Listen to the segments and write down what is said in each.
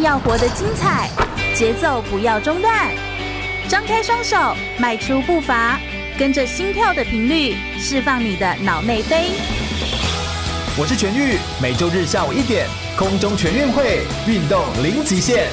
要活得精彩，节奏不要中断。张开双手，迈出步伐，跟着心跳的频率，释放你的脑内啡。 我是全玉，每周日下午1点，空中全运会，运动零极限。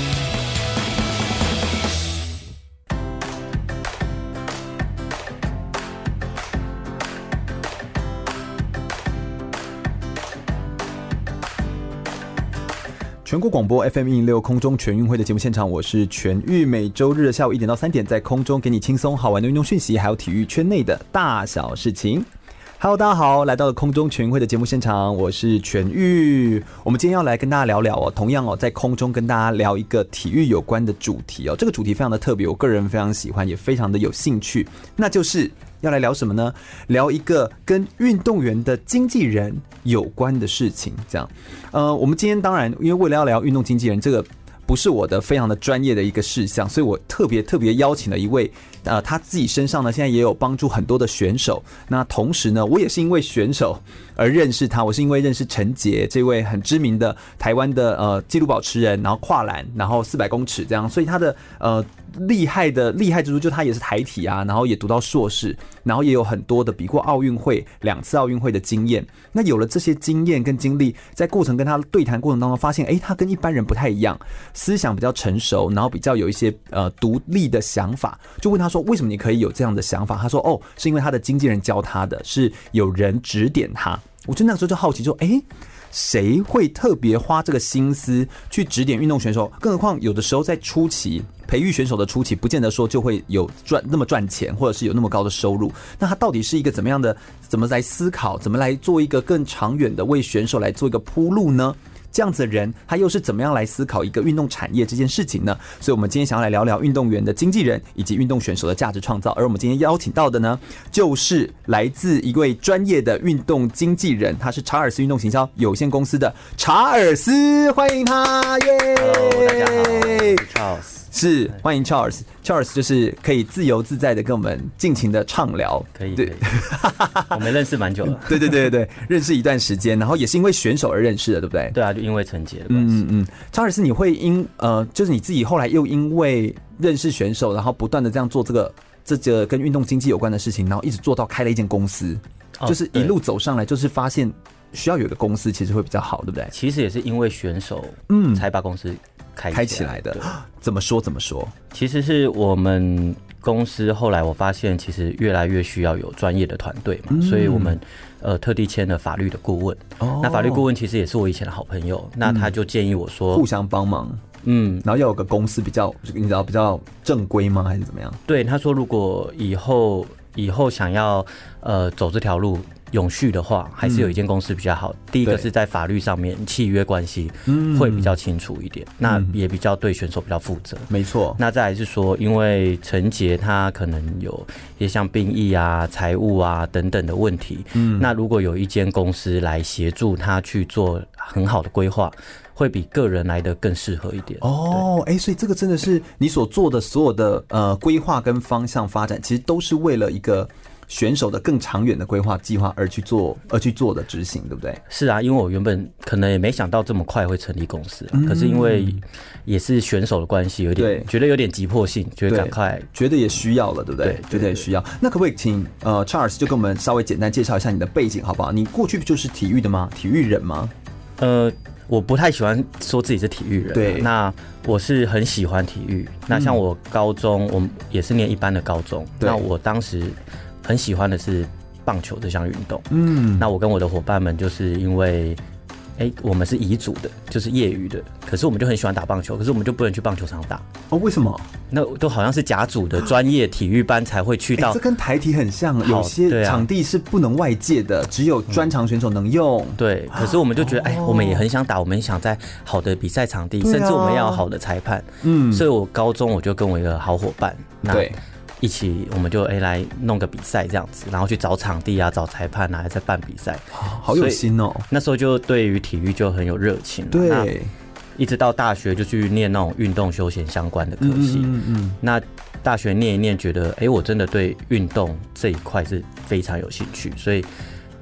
全国广播 FM106 空中全运会的节目现场，我是全玉，每周日的下午1点到3点，在空中给你轻松好玩的运动讯息，还有体育圈内的大小事情。Hello， 大家好，来到了空中全运会的节目现场，我是全玉。我们今天要来跟大家聊聊哦，同样哦，在空中跟大家聊一个体育有关的主题哦。这个主题非常的特别，我个人非常喜欢，也非常的有兴趣。那就是要来聊什么呢？聊一个跟运动员的经纪人有关的事情。这样，我们今天当然因为为了要聊运动经纪人这个。不是我的非常的专业的一个事项，所以我特别邀请了一位，他自己身上呢现在也有帮助很多的选手。那同时呢，我也是因为选手而认识他，我是因为认识陈杰这位很知名的台湾的纪录保持人，然后跨栏，然后400公尺这样，所以他的厉害之处就他也是台体啊，然后也读到硕士，然后也有很多的比过奥运会2次奥运会的经验。那有了这些经验跟经历，在过程跟他对谈过程当中，发现他跟一般人不太一样，思想比较成熟，然后比较有一些独立的想法。就问他说，为什么你可以有这样的想法？他说是因为他的经纪人教他的，是有人指点他。我就那个时候就好奇说，谁会特别花这个心思去指点运动选手？更何况有的时候在初期培育选手的初期，不见得说就会有那么赚钱，或者是有那么高的收入。那他到底是一个怎么来思考，怎么来做一个更长远的为选手来做一个铺路呢？这样子的人，他又是怎么样来思考一个运动产业这件事情呢？所以我们今天想要来聊聊运动员的经纪人以及运动选手的价值创造。而我们今天邀请到的呢，就是来自一位专业的运动经纪人，他是查尔斯运动行销有限公司的查尔斯，欢迎他，耶！ Hello， 大家好，我是 Charles。 是，欢迎 Charles 就是可以自由自在的跟我们尽情的畅聊， 可以，我们认识蛮久了， 对，认识一段时间，然后也是因为选手而认识的，对不对？ 对啊，就因为陈杰的关系。 Charles，你会就是你自己后来又因为认识选手，然后不断的这样做这个跟运动经济有关的事情，然后一直做到开了一间公司，就是一路走上来，就是发现需要有一个公司其实会比较好，对不对？ 其实也是因为选手，才把公司开起来的。怎么说？ 其实是我们公司后来我发现，其实越来越需要有专业的团队嘛，所以我们特地签了法律的顾问。那法律顾问其实也是我以前的好朋友，那他就建议我说， 互相帮忙。然后要有个公司比较，你知道比较正规吗？还是怎么样？ 对，他说如果以后想要走这条路永续的话，还是有一间公司比较好。第一个是在法律上面契约关系会比较清楚一点，那也比较对选手比较负责。 没错。 那再来是说，因为陈杰他可能有一些像兵役啊、财务啊等等的问题，那如果有一间公司来协助他去做很好的规划，会比个人来的更适合一点。 所以这个真的是你所做的所有的规划跟方向发展，其实都是为了一个选手的更长远的规划计划而去做的执行，对不对？ 是啊，因为我原本可能也没想到这么快会成立公司，可是因为也是选手的关系，觉得有点急迫性，觉得赶快， 觉得也需要了，对不对？ 对， 觉得也需要。那可不可以请Charles 就跟我们稍微简单介绍一下你的背景，好不好？你过去就是体育的吗？体育人吗？ 我不太喜欢说自己是体育人，对，那我是很喜欢体育。那像我高中，我也是念一般的高中，那我当时很喜欢的是棒球这项运动。那我跟我的伙伴们就是因为我们是乙组的，就是业余的，可是我们就很喜欢打棒球，可是我们就不能去棒球场打。 为什么？ 那都好像是甲组的专业体育班才会去到。 这跟台体很像，有些场地是不能外借的，只有专长选手能用。对， 可是我们就觉得，我们也很想打，我们想在好的比赛场地，甚至我们要有好的裁判。所以我高中我就跟我一个好伙伴，对。一起我们就来弄个比赛这样子，然后去找场地啊，找裁判啊，再办比赛， 好有心哦。 那时候就对于体育就很有热情。 对， 一直到大学就去念那种运动休闲相关的科系。那大学念一念，觉得我真的对运动这一块是非常有兴趣，所以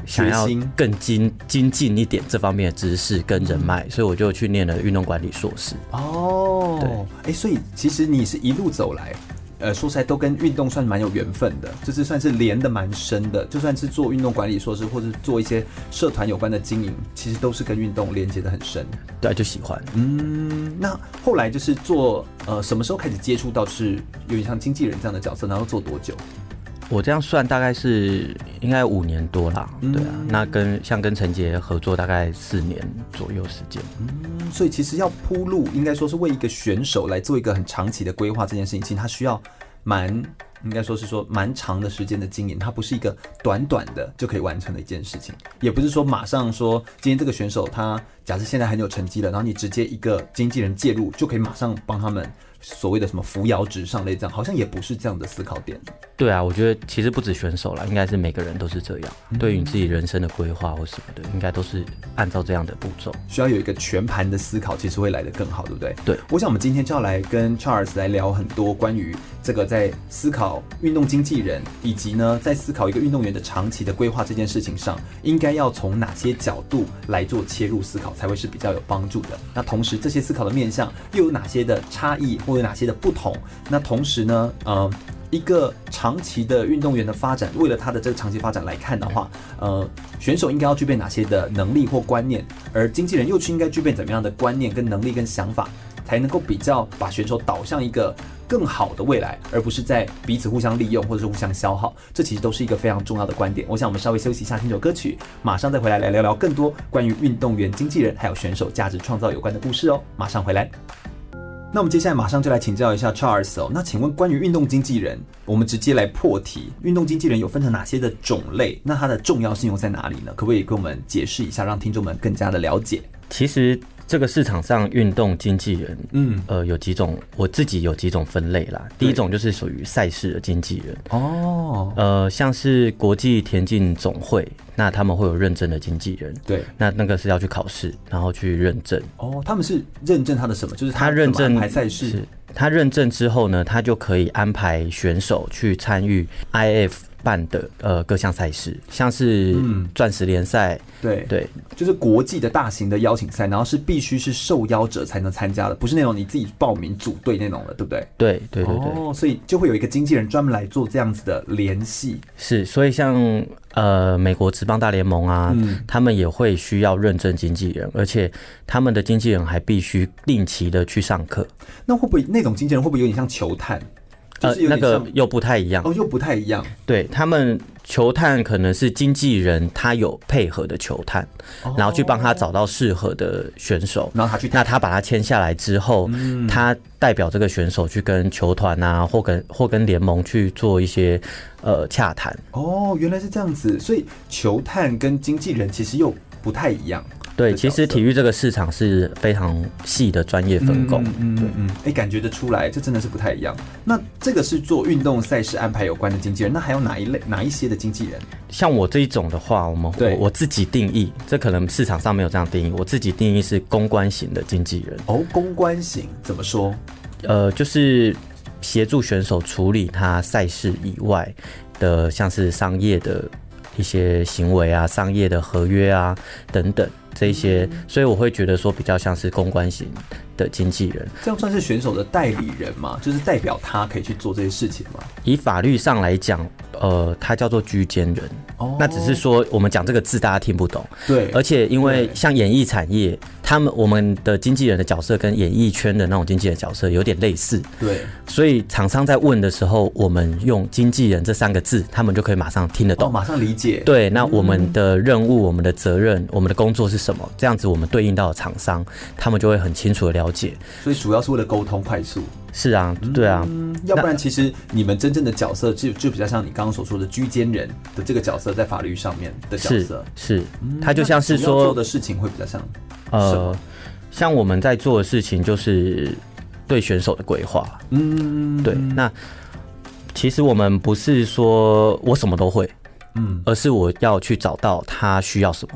想要更精进一点这方面的知识跟人脉，所以我就去念了运动管理硕士。 哦，对，所以其实你是一路走来。说实在都跟运动算蛮有缘分的，就是算是连得蛮深的。就算是做运动管理硕士，或者做一些社团有关的经营，其实都是跟运动连接得很深。 对，就喜欢。 那后来就是做什么时候开始接触到是有点像经纪人这样的角色，然后做多久？ 我这样算大概是应该5年多啦，对啊，那跟陈杰合作大概4年左右时间。 所以其实要铺路，应该说是为一个选手来做一个很长期的规划，这件事情其实他需要应该说蛮长的时间的经营，它不是一个短短的就可以完成的一件事情，也不是说马上说今天这个选手他假设现在很有成绩了，然后你直接一个经纪人介入就可以马上帮他们所谓的什么扶摇直上类这样，好像也不是这样的思考点。 对啊，我觉得其实不止选手啦，应该是每个人都是这样，对于你自己人生的规划或什么的，应该都是按照这样的步骤， 需要有一个全盘的思考，其实会来得更好，对不对？ 对， 我想我们今天就要来跟 Charles 来聊很多关于这个在思考运动经纪人，以及呢在思考一个运动员的长期的规划这件事情上，应该要从哪些角度来做切入思考，才会是比较有帮助的。那同时这些思考的面向又有哪些的差异，或有哪些的不同？那同时呢，一个长期的运动员的发展，为了他的这个长期发展来看的话，选手应该要具备哪些的能力或观念，而经纪人又是应该具备怎么样的观念跟能力跟想法，才能够比较把选手导向一个更好的未来，而不是在彼此互相利用或者是互相消耗。这其实都是一个非常重要的观点。我想我们稍微休息一下，听首歌曲，马上再回来聊聊更多关于运动员、经纪人还有选手价值创造有关的故事哦。马上回来。那我们接下来马上就来请教一下 Charles 哦。那请问关于运动经纪人，我们直接来破题，运动经纪人有分成哪些的种类？那它的重要性又在哪里呢？可不可以跟我们解释一下，让听众们更加的了解？ 其实这个市场上运动经纪人，有几种，我自己有几种分类啦。第一种就是属于赛事的经纪人哦，像是国际田径总会，那他们会有认证的经纪人，对，那个是要去考试，然后去认证。 哦，他们是认证他的什么？就是他认证安排赛事， 他认证之后呢，他就可以安排选手去参与 IF办的各项赛事，像是钻石联赛，对， 就是国际的大型的邀请赛，然后是必须是受邀者才能参加的，不是那种你自己报名组队那种的，对不对？ 对。 哦，所以就会有一个经纪人专门来做这样子的联系。 是，所以像美国职棒大联盟啊，他们也会需要认证经纪人，而且他们的经纪人还必须定期的去上课。 那会不会那种经纪人会不会有点像球探？ 那个又不太一样哦，又不太一样。 对，他们球探可能是经纪人，他有配合的球探，然后去帮他找到适合的选手， 然后那他把他签下来之后，他代表这个选手去跟球团啊，或跟联盟去做一些洽谈。 哦，原来是这样子，所以球探跟经纪人其实又不太一样。 对，其实体育这个市场是非常细的专业分工。 感觉得出来，这真的是不太一样。那这个是做运动赛事安排有关的经纪人，那还有哪一些的经纪人？ 像我这一种的话，我自己定义，这可能市场上没有这样定义，我自己定义是公关型的经纪人。 哦，公关型怎么说？ 就是协助选手处理他赛事以外的，像是商业的一些行为啊、商业的合约啊等等这一些，所以我会觉得说比较像是公关型的经纪人。 这样算是选手的代理人吗？就是代表他可以去做这些事情吗？ 以法律上来讲，他叫做居间人。那只是说我们讲这个字大家听不懂。对，而且因为像演艺产业，我们的经纪人的角色跟演艺圈的那种经纪人角色有点类似。对，所以厂商在问的时候，我们用经纪人这3个字，他们就可以马上听得懂， 马上理解。 对，那我们的任务、我们的责任、我们的工作是什么？这样子我们对应到的厂商，他们就会很清楚的了解。 所以主要是为了沟通快速。 是啊，对啊， 要不然其实你们真正的角色就比较像你刚刚所说的居间人的这个角色，在法律上面的角色是，他就像是说做的事情会比较像像我们在做的事情就是对选手的规划，对，那其实我们不是说我什么都会，而是我要去找到他需要什么。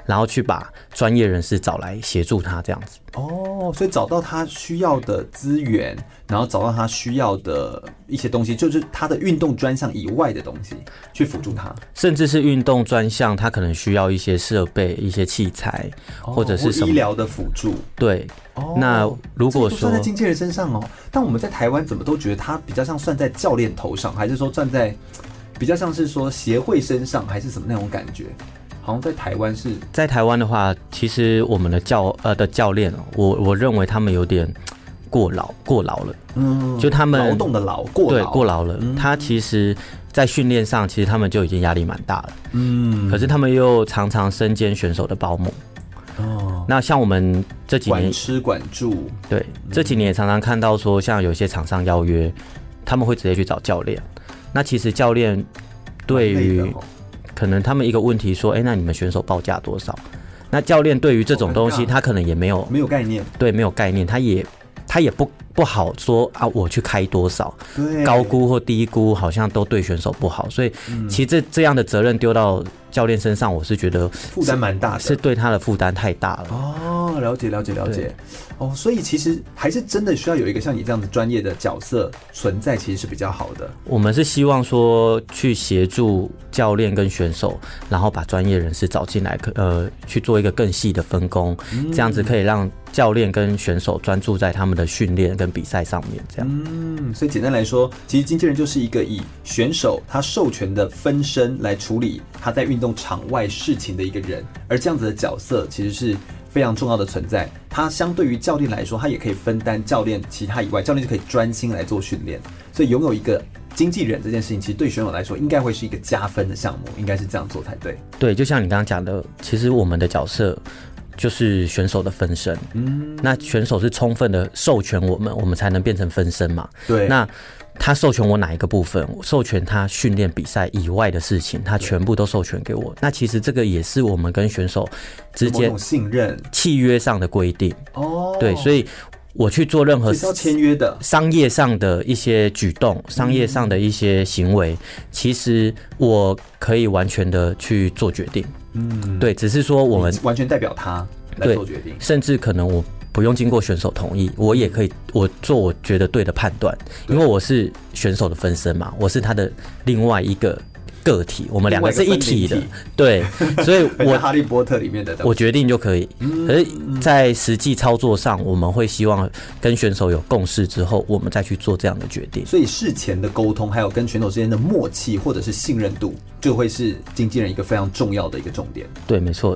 然后去把专业人士找来协助他这样子。 哦，所以找到他需要的资源，然后找到他需要的一些东西，就是他的运动专项以外的东西，去辅助他。 甚至是运动专项，他可能需要一些设备、一些器材，或者是什么医疗的辅助。 对。那如果说算在经纪人身上但我们在台湾怎么都觉得他比较像算在教练头上，还是说算在比较像是说协会身上，还是什么那种感觉？好像在台湾是，在台湾的话，其实我们的教练，我认为他们有点过劳了。就他们劳动的劳过劳了。他其实，在训练上，其实他们就已经压力蛮大了。可是他们又常常身兼选手的保姆。那像我们这几年管吃管住， 对，这几年也常常看到说，像有些厂商邀约，他们会直接去找教练。那其实教练对于可能他们一个问题说，那你们选手报价多少？那教练对于这种东西，他可能也没有概念， 对，没有概念，他也不好说啊，我去开多少，高估或低估好像都对选手不好，所以其实这样的责任丢到教练身上，我是觉得负担蛮大的， 是对他的负担太大了。 了解。所以其实还是真的需要有一个像你这样子专业的角色存在，其实是比较好的。 我们是希望说去协助教练跟选手，然后把专业人士找进来，去做一个更细的分工，这样子可以让教练跟选手专注在他们的训练跟比赛上面，这样。 所以简单来说，其实经纪人就是一个以选手他授权的分身来处理他在运动场外事情的一个人，而这样子的角色其实是非常重要的存在。他相对于教练来说，他也可以分担教练其他以外，教练就可以专心来做训练。所以拥有一个经纪人这件事情，其实对选手来说应该会是一个加分的项目，应该是这样做才对。 对，就像你刚刚讲的，其实我们的角色就是选手的分身。那选手是充分的授权我们才能变成分身嘛。 对。 那他授权我哪一个部分？授权他训练比赛以外的事情，他全部都授权给我。那其实这个也是我们跟选手之间信任契约上的规定。对，所以我去做任何要签约的商业上的一些举动，商业上的一些行为，其实我可以完全的去做决定。对，只是说我们完全代表他来做决定， 甚至可能我不用经过选手同意，我也可以我做我觉得对的判断，因为我是选手的分身嘛，我是他的另外一个个体，我们两个是一体的，对，所以我哈利波特里面的我决定就可以。可是，在实际操作上，我们会希望跟选手有共识之后，我们再去做这样的决定。 所以事前的沟通，还有跟选手之间的默契或者是信任度，就会是经纪人一个非常重要的一个重点。 对，没错。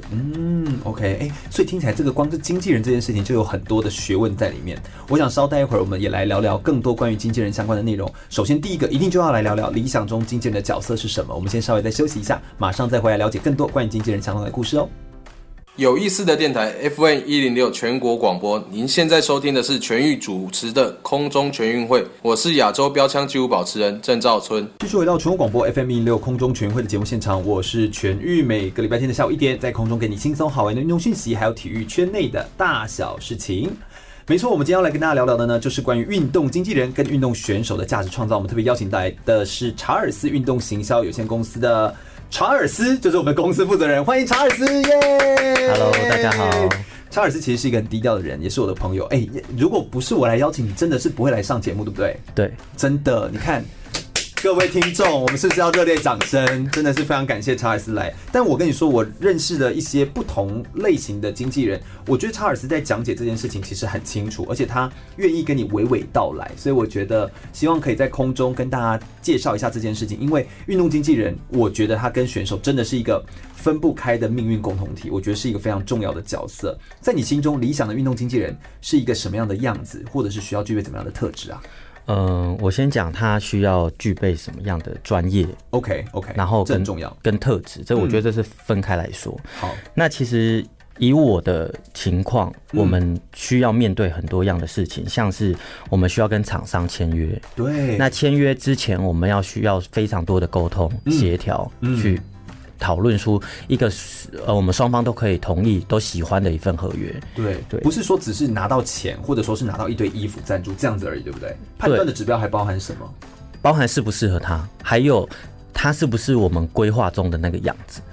OK， 所以听起来这个光是经纪人这件事情就有很多的学问在里面。我想稍待一会儿，我们也来聊聊更多关于经纪人相关的内容。首先，第一个一定就要来聊聊理想中经纪人的角色是什么。我们先稍微再休息一下，马上再回来了解更多关于经纪人相关的故事哦。 有意思的电台 FM106 全国广播，您现在收听的是全域主持的空中全运会，我是亚洲标枪纪录保持人郑兆春。 继续回到全国广播 FM106 空中全运会的节目现场，我是全域，每个礼拜天的下午1点，在空中给你轻松好玩的运动讯息，还有体育圈内的大小事情。没错，我们今天要来跟大家聊聊的呢，就是关于运动经纪人跟运动选手的价值创造。我们特别邀请到来的是查尔斯运动行销有限公司的查尔斯，就是我们公司负责人，欢迎查尔斯耶 ！Hello， 大家好。 查尔斯其实是一个很低调的人，也是我的朋友。如果不是我来邀请你，真的是不会来上节目，对不对？ 对， 真的，你看。各位听众，我们是不是要热烈掌声？真的是非常感谢查尔斯来。但我跟你说，我认识的一些不同类型的经纪人，我觉得查尔斯在讲解这件事情其实很清楚，而且他愿意跟你娓娓道来。所以我觉得，希望可以在空中跟大家介绍一下这件事情。因为运动经纪人，我觉得他跟选手真的是一个分不开的命运共同体，我觉得是一个非常重要的角色。在你心中，理想的运动经纪人是一个什么样的样子，或者是需要具备怎么样的特质啊？ 我先讲他需要具备什么样的专业 ，OK， 然后这很重要， 跟特质，这我觉得这是分开来说。 好， 那其实以我的情况，我们需要面对很多样的事情，像是我们需要跟厂商签约， 对， 那签约之前我们需要非常多的沟通协调，去讨论出一个我们双方都可以同意、都喜欢的一份合约。 对，不是说只是拿到钱，或者说是拿到一堆衣服赞助这样子而已，对不对？判断的指标还包含什么？ 包含适不适合他，还有他是不是我们规划中的那个样子。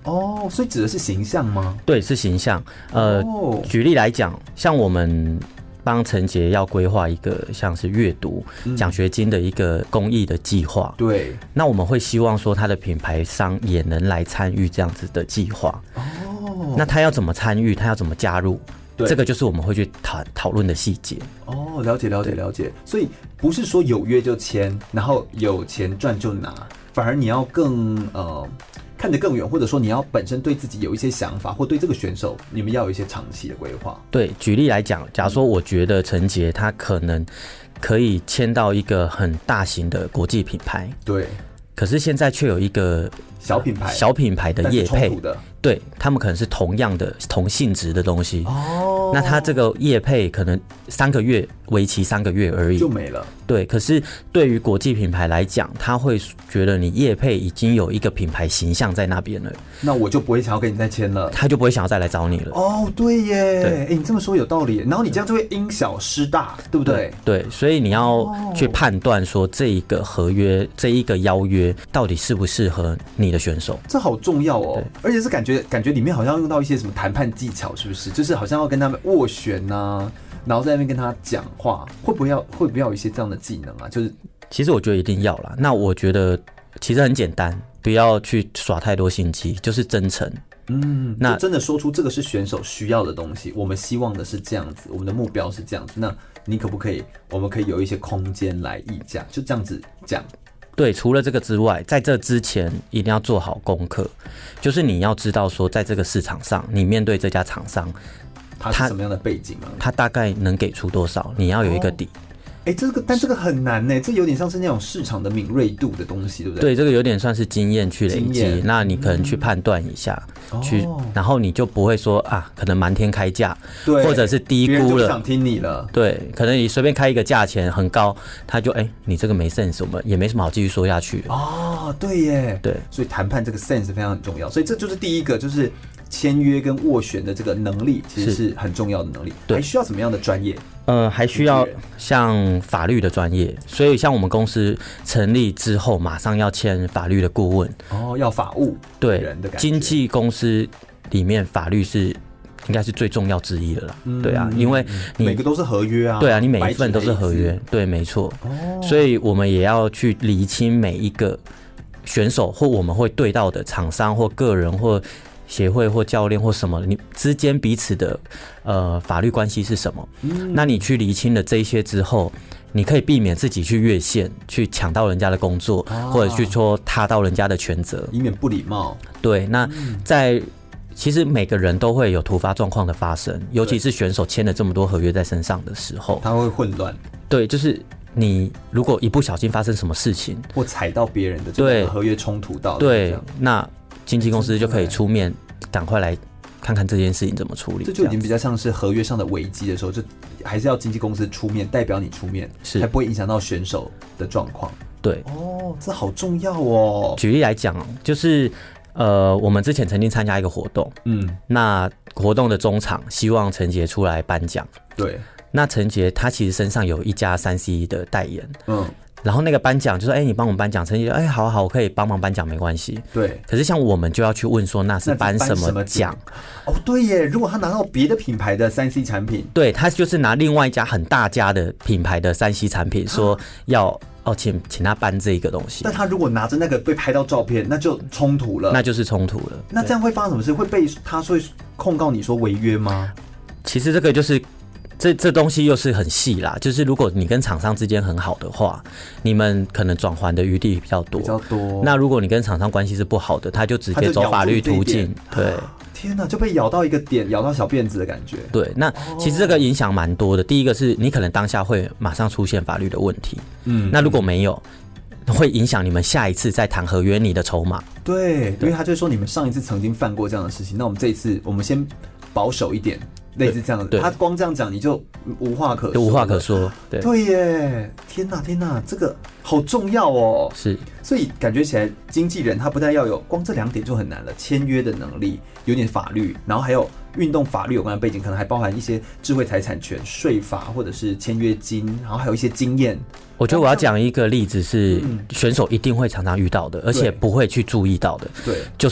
哦，所以指的是形象吗？ 对，是形象。举例来讲，像我们帮陈杰要规划一个像是阅读奖学金的一个公益的计划， 对， 那我们会希望说他的品牌商也能来参与这样子的计划。哦，那他要怎么参与？他要怎么加入？这个就是我们会去讨论的细节。 哦，了解。所以不是说有约就签，然后有钱赚就拿，反而你要更看得更远，或者说你要本身对自己有一些想法，或对这个选手你们要有一些长期的规划。 对，举例来讲，假如说我觉得陈杰他可能可以签到一个很大型的国际品牌， 对， 可是现在却有一个小品牌的业配，对，他们可能是同样的同性质的东西。哦，那他这个业配可能为期3个月而已， 就没了。 对，可是对于国际品牌来讲，他会觉得你业配已经有一个品牌形象在那边了， 那我就不会想要跟你再签了， 他就不会想要再来找你了。 哦，对耶，你这么说有道理。然后你这样就会因小失大，对不对？ 对，所以你要去判断说这一个合约、这一个邀约到底适不适合你的选手， 这好重要哦。而且是感觉里面好像用到一些什么谈判技巧，是不是？就是好像要跟他们斡旋啊，然后在那边跟他讲话，会不会要有一些这样的技能啊？就是其实我觉得一定要啦。那我觉得其实很简单，不要去耍太多心机，就是真诚。 那真的说出这个是选手需要的东西，我们希望的是这样子，我们的目标是这样子。那你可不可以？我们可以有一些空间来议价，就这样子讲。 对，除了这个之外，在这之前一定要做好功课，就是你要知道说，在这个市场上，你面对这家厂商， 他是什么样的背景啊？ 他大概能给出多少？你要有一个底。 但这个很难呢，这有点像是那种市场的敏锐度的东西，对不对？ 对，这个有点算是经验去累积，那你可能去判断一下，然后你就不会说啊，可能瞒天开价，对，或者是低估了，别人就不想听你了。 对，可能你随便开一个价钱很高，他就你这个没 sense， 我们也没什么好继续说下去。 哦，对耶， 对， 所以谈判这个 sense 非常重要，所以这就是第一个，就是签约跟斡旋的这个能力，其实是很重要的能力。还需要什么样的专业？ 还需要像法律的专业，所以像我们公司成立之后，马上要签法律的顾问。 哦，要法务人的感觉。 经纪公司里面法律是应该是最重要之一的啦。对啊，因为你每个都是合约啊。 对啊，你每一份都是合约。对，没错。所以我们也要去厘清每一个选手或我们会对到的厂商或个人或协会或教练或什么，你之间彼此的法律关系是什么？那你去厘清了这一些之后，你可以避免自己去越线，去抢到人家的工作，或者去说踏到人家的权责， 以免不礼貌。 对，那其实每个人都会有突发状况的发生，尤其是选手签了这么多合约在身上的时候， 他会混乱。 对，就是你如果一不小心发生什么事情， 或踩到别人的这个合约冲突到， 对，那经纪公司就可以出面，赶快来看看这件事情怎么处理。 这就已经比较像是合约上的危机的时候，就还是要经纪公司出面，代表你出面，才不会影响到选手的状况。 对， 这好重要哦。 举例来讲，就是我们之前曾经参加一个活动，那活动的中场希望陈杰出来颁奖， 对， 那陈杰他其实身上有一家3C 的代言，然后那个颁奖就说，你帮我们颁奖，陈杰就好，我可以帮忙颁奖，没关系。 对。 可是像我们就要去问说，那是颁什么奖？ 哦，对耶，如果他拿到别的品牌的3C 产品， 对，他就是拿另外一家很大家的品牌的3C 产品，说要请他颁这个东西。 但他如果拿着那个被拍到照片，那就冲突了。 那就是冲突了。 那这样会发生什么事？会被他会控告你说违约吗？ 其实这个就是。这东西又是很细啦，就是如果你跟厂商之间很好的话，你们可能转圜的余地比较多。那如果你跟厂商关系是不好的，他就直接走法律途径。对， 天哪，就被咬到一个点，咬到小辫子的感觉。 对，那其实这个影响蛮多的。第一个是你可能当下会马上出现法律的问题，那如果没有，会影响你们下一次再谈合约你的筹码。 对，因为他就说你们上一次曾经犯过这样的事情，那我们这一次我们先保守一点。类似这样的，他光这样讲你就无话可说，对耶，天哪，这个好重要哦。 是， 所以感觉起来经纪人他不但要有光这2点就很难了，签约的能力，有点法律，然后还有运动法律有关的背景，可能还包含一些智慧财产权、税法或者是签约金，然后还有一些经验。 我觉得我要讲一个例子是选手一定会常常遇到的，而且不会去注意到的， 对， 就是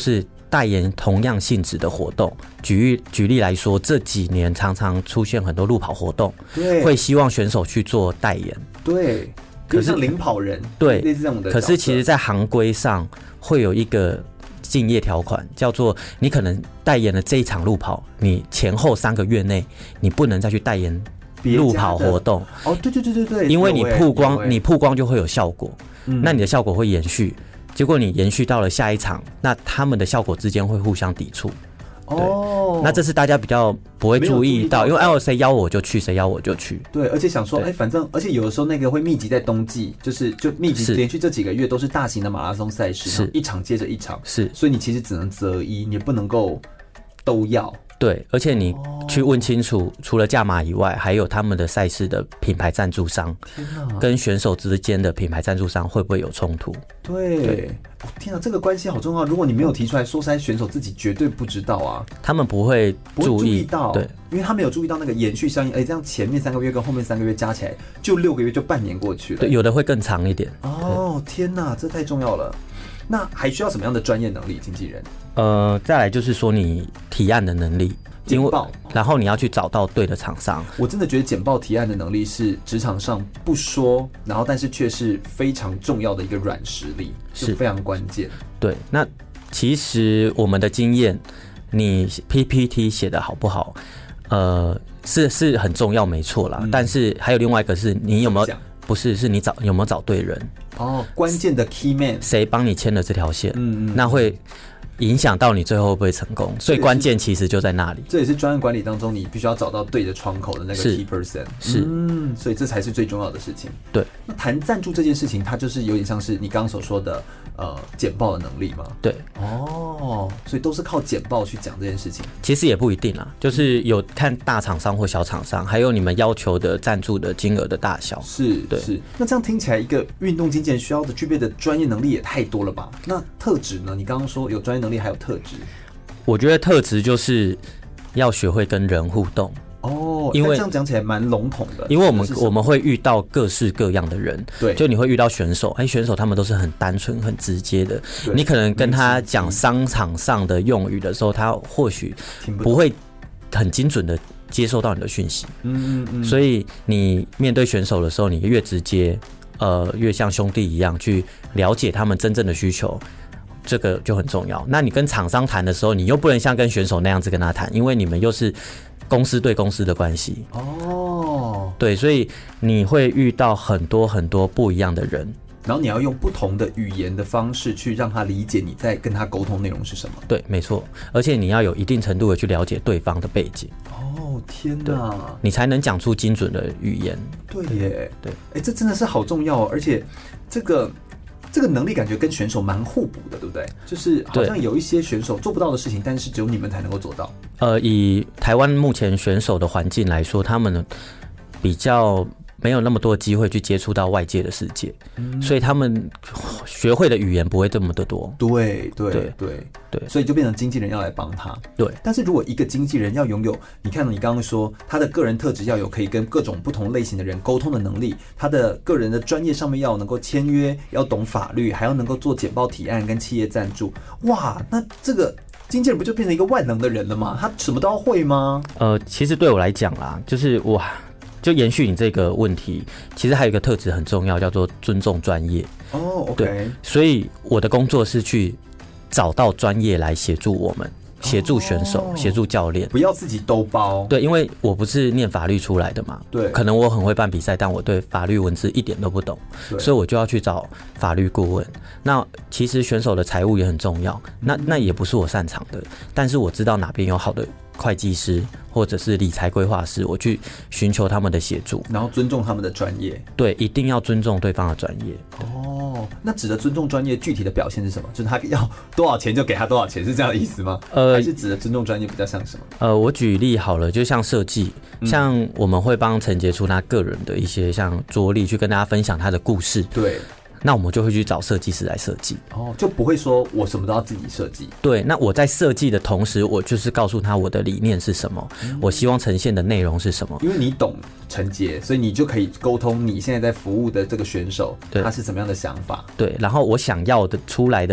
代言同样性质的活动。举例来说，这几年常常出现很多路跑活动， 对， 会希望选手去做代言。 对，可是领跑人， 对， 类似这种的。 可是其实在行规上会有一个竞业条款，叫做你可能代言了这一场路跑，你前后3个月内你不能再去代言路跑活动。 哦，对， 因为你曝光就会有效果，那你的效果会延续，结果你延续到了下一场，那他们的效果之间会互相抵触。哦，那这是大家比较不会注意到，因为谁邀我就去，谁邀我就去。 对，而且想说，反正，而且有的时候那个会密集在冬季，就密集连续这几个月都是大型的马拉松赛事，是一场接着一场， 是， 所以你其实只能择一，你不能够都要。 对，而且你去问清楚，除了价码以外，还有他们的赛事的品牌赞助商，跟选手之间的品牌赞助商会不会有冲突？ 对，天哪，这个关系好重要。如果你没有提出来，说实在，选手自己绝对不知道啊， 他们不会注意到，对，因为他没有注意到那个延续效应。这样前面3个月跟后面3个月加起来，就6个月，就半年过去了。 对，有的会更长一点。 哦，天哪，这太重要了。那还需要什么样的专业能力？经纪人？ 再来就是说你提案的能力， 简报， 然后你要去找到对的厂商。 我真的觉得简报提案的能力是职场上不说，然后但是却是非常重要的一个软实力，是非常关键。 对，那其实我们的经验，你 PPT 写的好不好，是很重要，没错啦。但是还有另外一个是你有没有？不是，是你有没有找对人？ 哦，关键的 key man， 谁帮你牵了这条线？那会影响到你最后会不会成功，所以关键其实就在那里。 这也是专案管理当中你必须要找到对的窗口的那个 key person。 是， 所以这才是最重要的事情。 对， 那谈赞助这件事情，它就是有点像是你刚刚所说的简报的能力嘛。 对， 所以都是靠简报去讲这件事情。 其实也不一定啦，就是有看大厂商或小厂商，还有你们要求的赞助的金额的大小。 是。那这样听起来，一个运动经纪人需要的具备的专业能力也太多了吧？那特质呢？你刚刚说有专业能力，还有特质。 我觉得特质就是要学会跟人互动。 因为这样讲起来蛮笼统的。 因为我们会遇到各式各样的人，对，就你会遇到选手，选手他们都是很单纯、很直接的。你可能跟他讲商场上的用语的时候，他或许不会很精准的接受到你的讯息。所以你面对选手的时候，你越直接，越像兄弟一样去了解他们真正的需求。这个就很重要。那你跟厂商谈的时候，你又不能像跟选手那样子跟他谈，因为你们又是公司对公司的关系。对，所以你会遇到很多很多不一样的人， 然后你要用不同的语言的方式去让他理解你在跟他沟通内容是什么。 对，没错，而且你要有一定程度的去了解对方的背景。 天哪， 你才能讲出精准的语言。 对耶，对，这真的是好重要而且这个能力感觉跟选手蛮互补的，对不对？就是好像有一些选手做不到的事情，但是只有你们才能够做到。 以台湾目前选手的环境来说，他们比较没有那么多机会去接触到外界的世界，所以他们学会的语言不会这么的多。 对，所以就变成经纪人要来帮他。 对， 但是如果一个经纪人要拥有，你看你刚刚说他的个人特质要有可以跟各种不同类型的人沟通的能力，他的个人的专业上面要能够签约，要懂法律，还要能够做简报提案跟企业赞助。哇，那这个经纪人不就变成一个万能的人了吗？他什么都要会吗？ 其实对我来讲啦，就是就延续你这个问题，其实还有一个特质很重要，叫做尊重专业。 OK。 对，所以我的工作是去找到专业来协助我们，协助选手，协助教练， 不要自己兜包。 对，因为我不是念法律出来的嘛，对，可能我很会办比赛，但我对法律文字一点都不懂，所以我就要去找法律顾问。那其实选手的财务也很重要，那也不是我擅长的，但是我知道哪边有好的会计师或者是理财规划师，我去寻求他们的协助， 然后尊重他们的专业。 对，一定要尊重对方的专业。 那指的尊重专业具体的表现是什么？就是他要多少钱就给他多少钱，是这样的意思吗？还是指的尊重专业比较像什么？ 我举例好了，就像设计，像我们会帮陈杰出他个人的一些像着力，去跟大家分享他的故事。 对。 那我们就会去找设计师来设计。 就不会说我什么都要自己设计。 对，那我在设计的同时，我就是告诉他我的理念是什么，我希望呈现的内容是什么。 因为你懂陈杰，所以你就可以沟通你现在在服务的这个选手，他是什么样的想法。 对，然后我想要的出来的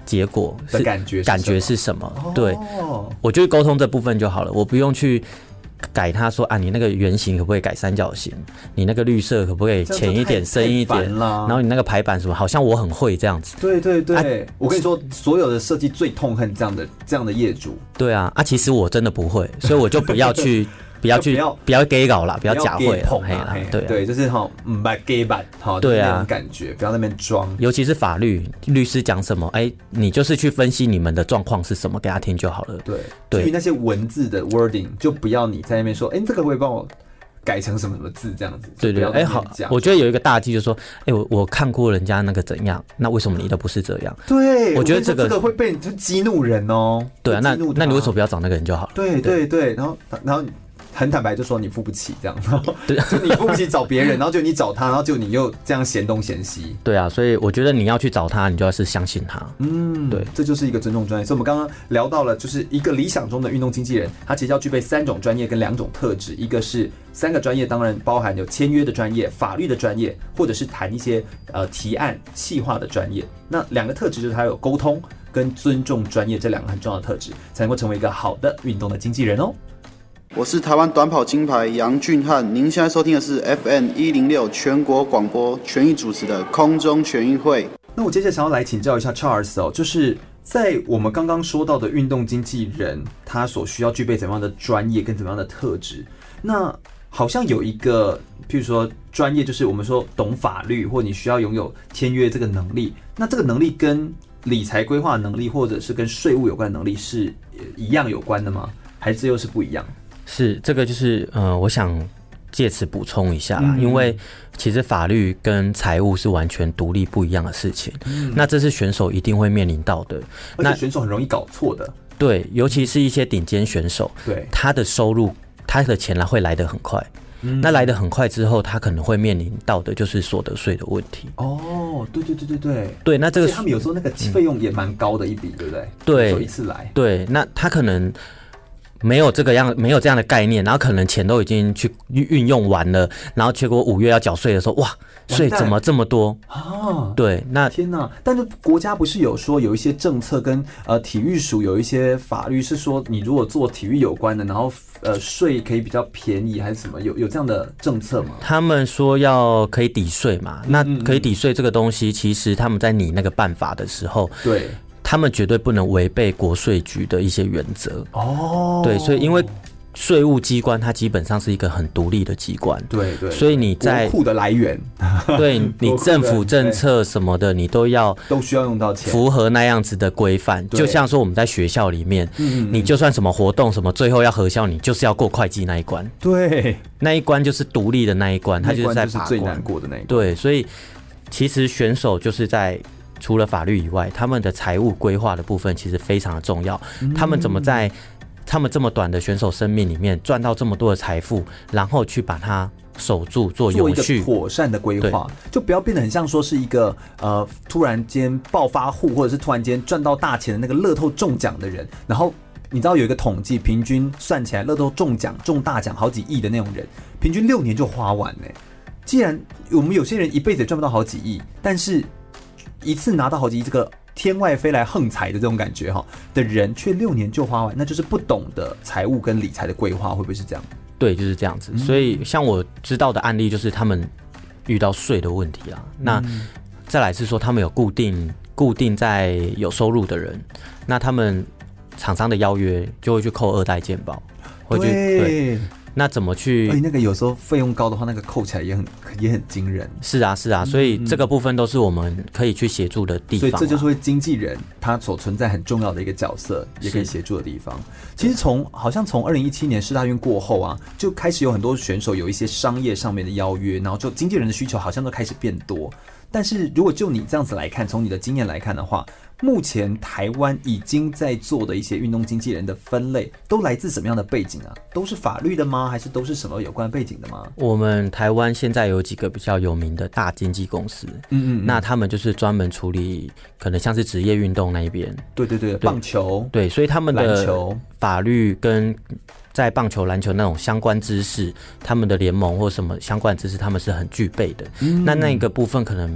结果的感觉是什么？对，我就沟通这部分就好了，我不用去改它说啊，你那个圆形可不可以改三角形？你那个绿色可不可以浅一点、深一点？然后你那个排版什么，好像我很会这样子。 对对对，我跟你说，所有的设计最痛恨这样的业主。 对啊，其实我真的不会，所以我就不要去。不要 gay 搞啦，不要假会啦， 对，就是不要 gay 版，对啊，那种感觉，不要在那边装。 尤其是法律师讲什么，你就是去分析你们的状况是什么，给他听就好了。 对，至于那些文字的 wording， 就不要你在那边说，这个会帮我改成什么什么字这样子。 对对，好，我觉得有一个大忌就是说，我看过人家那个怎样，那为什么你的不是这样？ 对， 我觉得这个会被就激怒人哦。 对啊，那你为什么不要找那个人就好了？ 对对对，然后。很坦白就说你付不起这样，就你付不起找别人，然后就你找他，然后就你又这样嫌东嫌西。 对啊，所以我觉得你要去找他，你就要是相信他。 对，这就是一个尊重专业。所以我们刚刚聊到了，就是一个理想中的运动经纪人，他其实要具备3种专业跟2种特质，一个是3个专业，当然包含有签约的专业、法律的专业，或者是谈一些提案企划的专业。那2个特质就是他有沟通跟尊重专业这2个很重要的特质，才能够成为一个好的运动的经纪人哦。 我是台湾短跑金牌杨俊翰，您现在收听的是 FM106 全国广播全域主持的空中全运会。 那我接着想要来请教一下 Charles 哦，就是在我们刚刚说到的运动经纪人，他所需要具备怎么样的专业跟怎么样的特质？那好像有一个，譬如说专业，就是我们说懂法律，或你需要拥有签约这个能力。那这个能力跟理财规划能力，或者是跟税务有关的能力是一样有关的吗？还是又是不一样？ 是，这个就是我想借此补充一下啦，因为其实法律跟财务是完全独立不一样的事情。那这是选手一定会面临到的， 而且选手很容易搞错的。 对，尤其是一些顶尖选手， 对他的收入，他的钱会来得很快。那来得很快之后，他可能会面临到的就是所得税的问题。 哦，对对对对对对，那这个他们有时候那个费用也蛮高的一笔，对不对？ 对， 一次来。 对，那他可能没有这样的概念，然后可能钱都已经去运用完了，然后结果5月要缴税的时候，哇，税怎么这么多啊？对，那天哪！但是国家不是有说有一些政策跟体育署有一些法律是说，你如果做体育有关的，然后税可以比较便宜还是什么？有这样的政策吗？ 他们说可以抵税嘛？那可以抵税这个东西，其实他们在拟那个办法的时候， 对。 他们绝对不能违背国税局的一些原则哦，对，所以因为税务机关它基本上是一个很独立的机关， 对对， 所以你在国库的来源， 对你政府政策什么的，你都需要用到钱， 符合那样子的规范。就像说我们在学校里面，你就算什么活动什么，最后要核销，你就是要过会计那一关， 对， 那一关就是独立的那一关，它就是在把关， 最难过的那一关。 对，所以其实选手就是在。除了法律以外，他们的财务规划的部分其实非常的重要。他们怎么在他们这么短的选手生命里面赚到这么多的财富，然后去把它守住，做永续、 做一个妥善的规划，就不要变得很像说是一个突然间暴发户，或者是突然间赚到大钱的那个乐透中奖的人。然后你知道有一个统计，平均算起来乐透中大奖好几亿的那种人，平均6年就花完呢。既然我们有些人一辈子也赚不到好几亿，但是一次拿到好几亿，这个天外飞来横财的这种感觉的人，却6年就花完，那就是不懂得财务跟理财的规划，会不会是这样？ 对，就是这样子。所以像我知道的案例，就是他们遇到税的问题啊。那再来是说，他们有固定在有收入的人，那他们厂商的邀约就会去扣2代健保，会去对。那怎么去？ 那个有时候费用高的话，那个扣起来也很惊人。 是啊，所以这个部分都是我们可以去协助的地方。 所以这就是经纪人他所存在很重要的一个角色，也可以协助的地方。其实好像从2017年世大运过后啊，就开始有很多选手有一些商业上面的邀约，然后就经纪人的需求好像都开始变多。但是如果就你这样子来看，从你的经验来看的话，目前台湾已经在做的一些运动经纪人的分类，都来自什么样的背景啊？都是法律的吗？还是都是什么有关背景的吗？ 我们台湾现在有几个比较有名的大经纪公司，那他们就是专门处理可能像是职业运动那一边， 对，棒球， 对，所以他们的法律跟在棒球、篮球那种相关知识，他们的联盟或什么相关知识，他们是很具备的。那个部分可能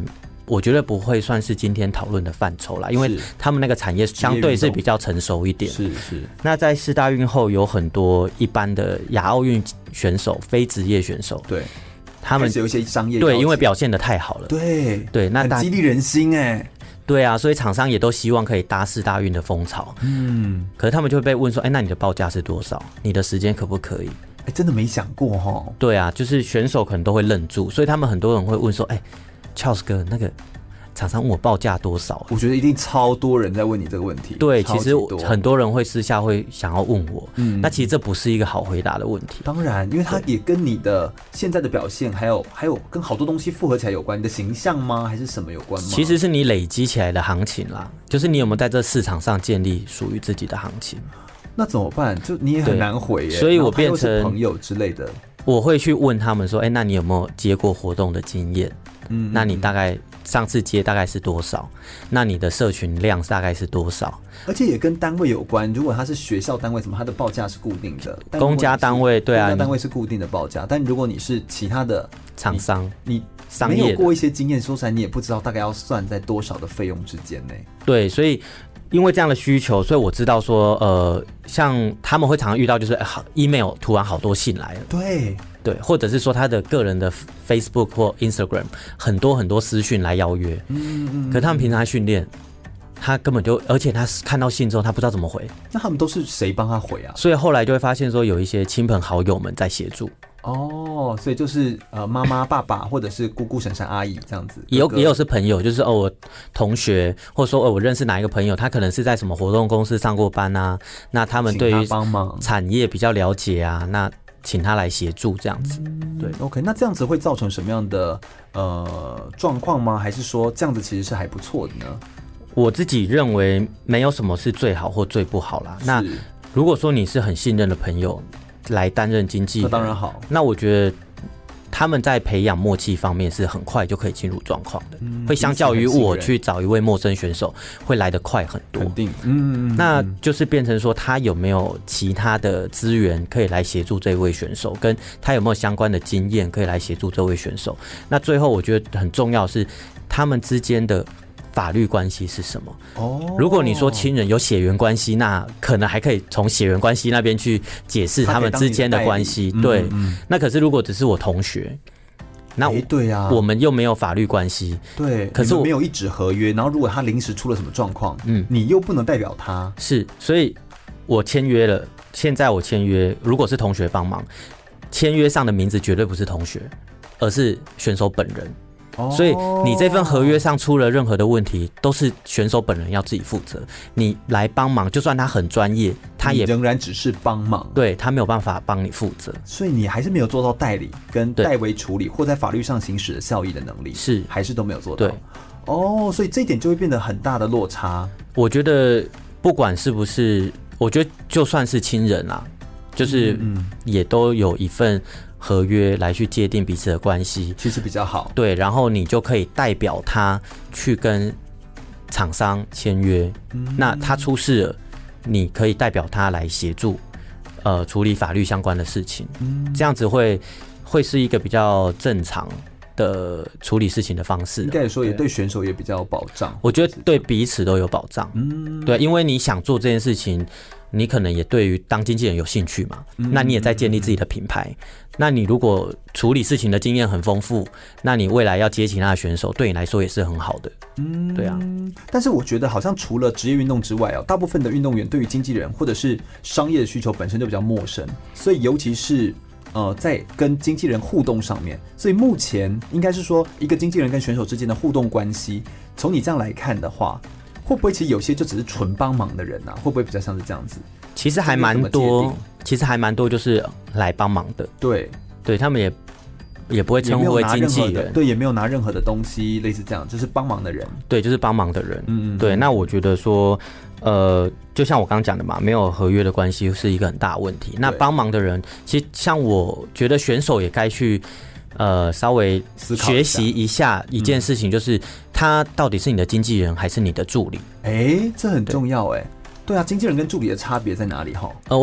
我觉得不会算是今天讨论的范畴啦，因为他们那个产业相对是比较成熟一点。 是。 那在世大运后，有很多一般的亚奥运选手、非职业选手， 对， 他们有一些商业对，因为表现得太好了， 对，那很激励人心哎。 对啊，所以厂商也都希望可以搭世大运的风潮。可是他们就会被问说，那你的报价是多少？你的时间可不可以？ 真的没想过齁。 对啊，就是选手可能都会愣住，所以他们很多人会问说，Charles 哥，那个厂商问我报价多少？ 我觉得一定超多人在问你这个问题。 对，其实很多人会私下会想要问我，那其实这不是一个好回答的问题。 当然，因为它也跟你的现在的表现，还有跟好多东西复合起来有关。你的形象吗？还是什么有关吗？ 其实是你累积起来的行情啦，就是你有没有在这市场上建立属于自己的行情。 那怎么办？就你也很难回耶。 所以我变成朋友之类的， 我会去问他们说，那你有没有接过活动的经验？那你大概上次接大概是多少？那你的社群量大概是多少？ 而且也跟单位有关。如果它是学校单位，什么它的报价是固定的； 公家单位，对啊， 公家单位是固定的报价。但如果你是其他的厂商， 你没有过一些经验，说起来你也不知道大概要算在多少的费用之间呢？ 对，所以因为这样的需求，所以我知道说，像他们会常常遇到就是email 突然好多信来了，对，或者是说他的个人的 Facebook 或 Instagram 很多私讯来邀约，可他们平常训练，他根本就，而且他看到信之后他不知道怎么回， 那他们都是谁帮他回啊？ 所以后来就会发现说有一些亲朋好友们在协助。 所以就是妈妈、爸爸，或者是姑姑、婶婶、阿姨这样子， 也有是朋友，就是我同学，或者说我认识哪一个朋友，他可能是在什么活动公司上过班啊，那他们对于产业比较了解啊，那请他来协助这样子。对 ，OK， 那这样子会造成什么样的状况吗？还是说这样子其实是还不错的呢？ 我自己认为没有什么是最好或最不好啦。那如果说你是很信任的朋友来担任经纪人， 那当然好。 那我觉得他们在培养默契方面是很快就可以进入状况的，会相较于我去找一位陌生选手会来得快很多。 肯定， 那就是变成说他有没有其他的资源可以来协助这位选手，跟他有没有相关的经验可以来协助这位选手。那最后我觉得很重要是他们之间的法律关系是什么？如果你说亲人有血缘关系，那可能还可以从血缘关系那边去解释他们之间的关系。对，那可是如果只是我同学，那对啊， 我们又没有法律关系。 对，可是我没有一纸合约，然后如果他临时出了什么状况，你又不能代表他。 是，所以我签约了。现在我签约，如果是同学帮忙，签约上的名字绝对不是同学，而是选手本人。所以你这份合约上出了任何的问题，都是选手本人要自己负责。你来帮忙，就算他很专业，他也仍然只是帮忙， 对，他没有办法帮你负责。 所以你还是没有做到代理跟代为处理或在法律上行使的效益的能力， 是还是都没有做到。 对， 所以这一点就会变得很大的落差。 我觉得不管是不是，我觉得就算是亲人啦，就是也都有一份合约来去界定彼此的关系， 其实比较好。 对，然后你就可以代表他去跟厂商签约，那他出事了，你可以代表他来协助处理法律相关的事情，这样子会是一个比较正常的处理事情的方式。 应该说也对选手也比较有保障， 我觉得对彼此都有保障。对，因为你想做这件事情，你可能也对于当经纪人有兴趣嘛，那你也在建立自己的品牌。那你如果处理事情的经验很丰富，那你未来要接其他的选手，对你来说也是很好的。对啊。 但是我觉得好像除了职业运动之外大部分的运动员对于经纪人或者是商业的需求本身就比较陌生，所以尤其是在跟经纪人互动上面，所以目前应该是说一个经纪人跟选手之间的互动关系，从你这样来看的话，会不会其实有些就只是纯帮忙的人啊？会不会比较像是这样子？ 其实还蛮多，就是来帮忙的。对，他们也不会称呼为经纪人， 对，也没有拿任何的东西，类似这样，就是帮忙的人。 对，就是帮忙的人。对，那我觉得说，就像我刚刚讲的嘛，没有合约的关系是一个很大的问题。那帮忙的人，其实像我觉得选手也该去稍微学习一下一件事情，就是他到底是你的经纪人还是你的助理？ 这很重要。对啊，经纪人跟助理的差别在哪里？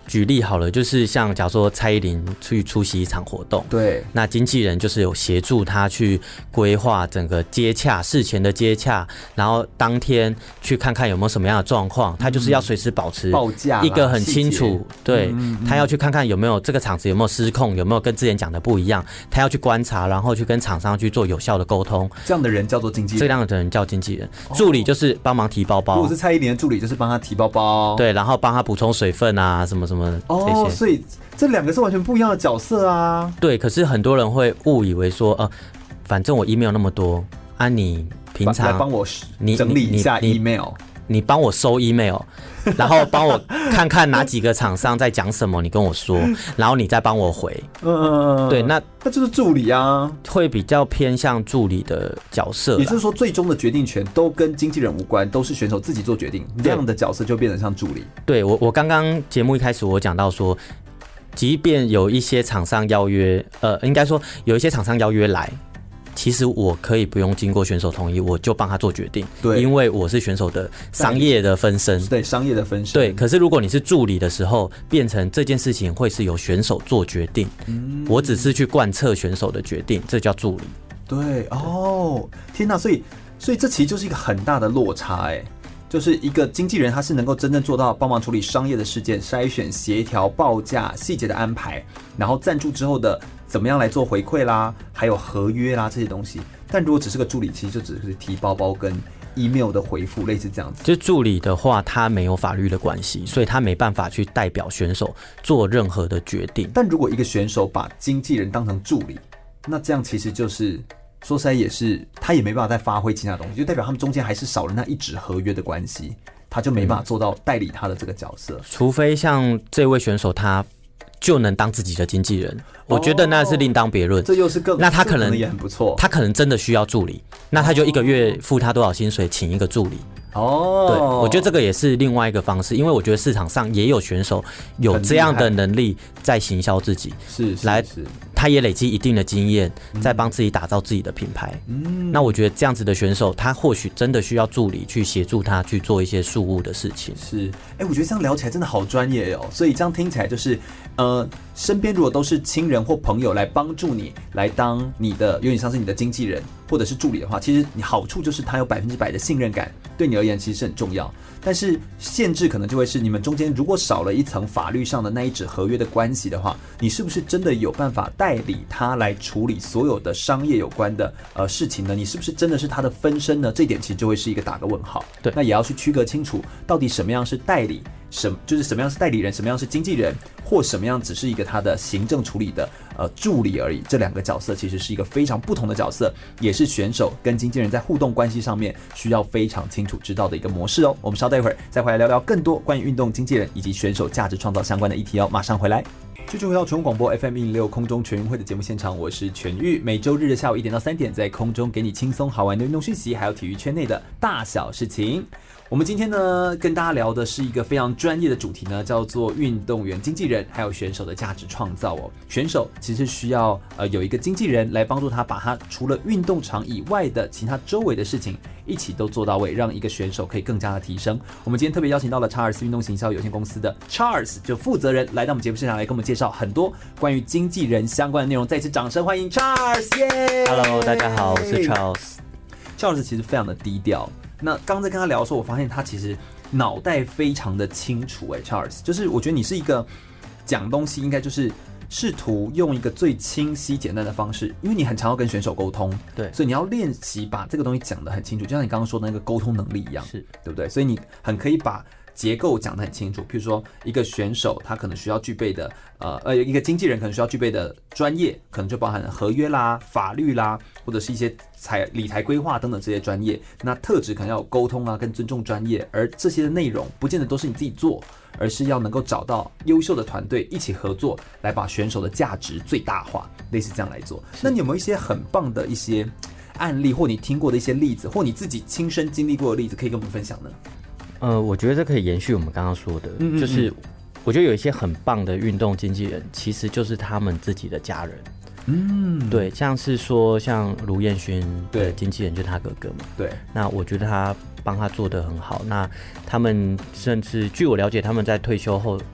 举例好了，就是像假如说蔡依林去出席一场活动， 对， 那经纪人就是有协助他去规划整个接洽，事前的接洽，然后当天去看看有没有什么样的状况，他就是要随时保持报价一个很清楚，对，他要去看看有没有这个场子有没有失控，有没有跟之前讲的不一样，他要去观察，然后去跟厂商去做有效的沟通。 这样的人叫做经纪人， 这样的人叫经纪人，助理就是帮忙提包包。 如果是蔡依林的助理，就是帮他提包包， 对，然后帮他补充水分啊，什么什么这些。 所以这2个是完全不一样的角色啊。 对，可是很多人会误以为说，反正我 email 那么多啊，你平常来帮我整理一下 email， 你帮我收 email， 然后帮我看看哪几个厂商在讲什么，你跟我说，然后你再帮我回。对，那就是助理啊， 会比较偏向助理的角色。 也就是说，最终的决定权都跟经纪人无关，都是选手自己做决定。这样的角色就变成像助理。 对，我刚刚节目一开始我讲到说，即便有一些厂商邀约，应该说有一些厂商邀约来。其实我可以不用经过选手同意，我就帮他做决定，对，因为我是选手的商业的分身， 对，商业的分身， 对。可是如果你是助理的时候，变成这件事情会是由选手做决定，我只是去贯彻选手的决定，这叫助理。 对，天哪，所以这其实就是一个很大的落差，就是一个经纪人，他是能够真正做到帮忙处理商业的事件、筛选、协调、报价、细节的安排，然后赞助之后的怎么样来做回馈啦，还有合约啦这些东西。但如果只是个助理，其实就只是提包包跟 email 的回复，类似这样子。 就助理的话，他没有法律的关系，所以他没办法去代表选手做任何的决定。 但如果一个选手把经纪人当成助理，那这样其实就是说实在也是，他也没办法再发挥其他东西，就代表他们中间还是少了那一纸合约的关系，他就没办法做到代理他的这个角色。 除非像这位选手他就能当自己的经纪人，我觉得那是另当别论。 这又是更， 那他可能也很不错， 他可能真的需要助理，那他就一个月付他多少薪水请一个助理。对，我觉得这个也是另外一个方式，因为我觉得市场上也有选手有这样的能力在行销自己，是他也累积一定的经验，在帮自己打造自己的品牌。那我觉得这样子的选手，他或许真的需要助理去协助他去做一些事务的事情。 是，我觉得这样聊起来真的好专业哦。所以这样听起来就是，身边如果都是亲人或朋友来帮助你，来当你的有点像是你的经纪人或者是助理的话，其实你好处就是他有100%的信任感，对你而言其实是很重要。但是限制可能就会是你们中间如果少了一层法律上的那一纸合约的关系的话，你是不是真的有办法代理他来处理所有的商业有关的事情呢？你是不是真的是他的分身呢？这一点其实就会是一个打个问号。 对， 那也要去区隔清楚，到底什么样是代理，就是什么样是代理人，什么样是经纪人，或什么样只是一个他的行政处理的助理而已。这2个角色其实是一个非常不同的角色，也是选手跟经纪人在互动关系上面需要非常清楚知道的一个模式哦。我们稍待一会儿再回来聊聊更多关于运动经纪人以及选手价值创造相关的议题哦。马上回来。继续回到全国广播 FM106 空中全运会的节目现场，我是全玉，每周日的下午1点到3点，在空中给你轻松好玩的运动讯息，还有体育圈内的大小事情。我们今天呢，跟大家聊的是一个非常专业的主题呢，叫做运动员经纪人还有选手的价值创造哦。选手其实需要有一个经纪人来帮助他，把他除了运动场以外的其他周围的事情一起都做到位，让一个选手可以更加的提升。我们今天特别邀请到了查尔斯运动行销有限公司的 Charles 就负责人来到我们节目现场，来跟我们介绍很多关于经纪人相关的内容。再次掌声欢迎 Charles！ 耶 ！Hello， 大家好，我是 Charles。Charles 其实非常的低调。那刚在跟他聊的时候，我发现他其实脑袋非常的清楚。Charles， 就是我觉得你是一个讲东西应该就是试图用一个最清晰简单的方式，因为你很常要跟选手沟通， 对， 所以你要练习把这个东西讲得很清楚，就像你刚刚说的那个沟通能力一样， 是对不对？所以你很可以把结构讲得很清楚，譬如说一个选手他可能需要具备的一个经纪人可能需要具备的专业，可能就包含合约啦、法律啦，或者是一些理财规划等等这些专业。那特质可能要有沟通啊，跟尊重专业，而这些的内容不见得都是你自己做，而是要能够找到优秀的团队一起合作，来把选手的价值最大化，类似这样来做。那你有没有一些很棒的一些案例，或你听过的一些例子，或你自己亲身经历过的例子，可以跟我们分享呢？ 我觉得这可以延续我们刚刚说的，就是我觉得有一些很棒的运动经纪人，其实就是他们自己的家人。对，像是说像卢彦勋的经纪人就是他哥哥嘛。 对， 那我觉得他帮他做得很好。那他们甚至据我了解，他们在退休后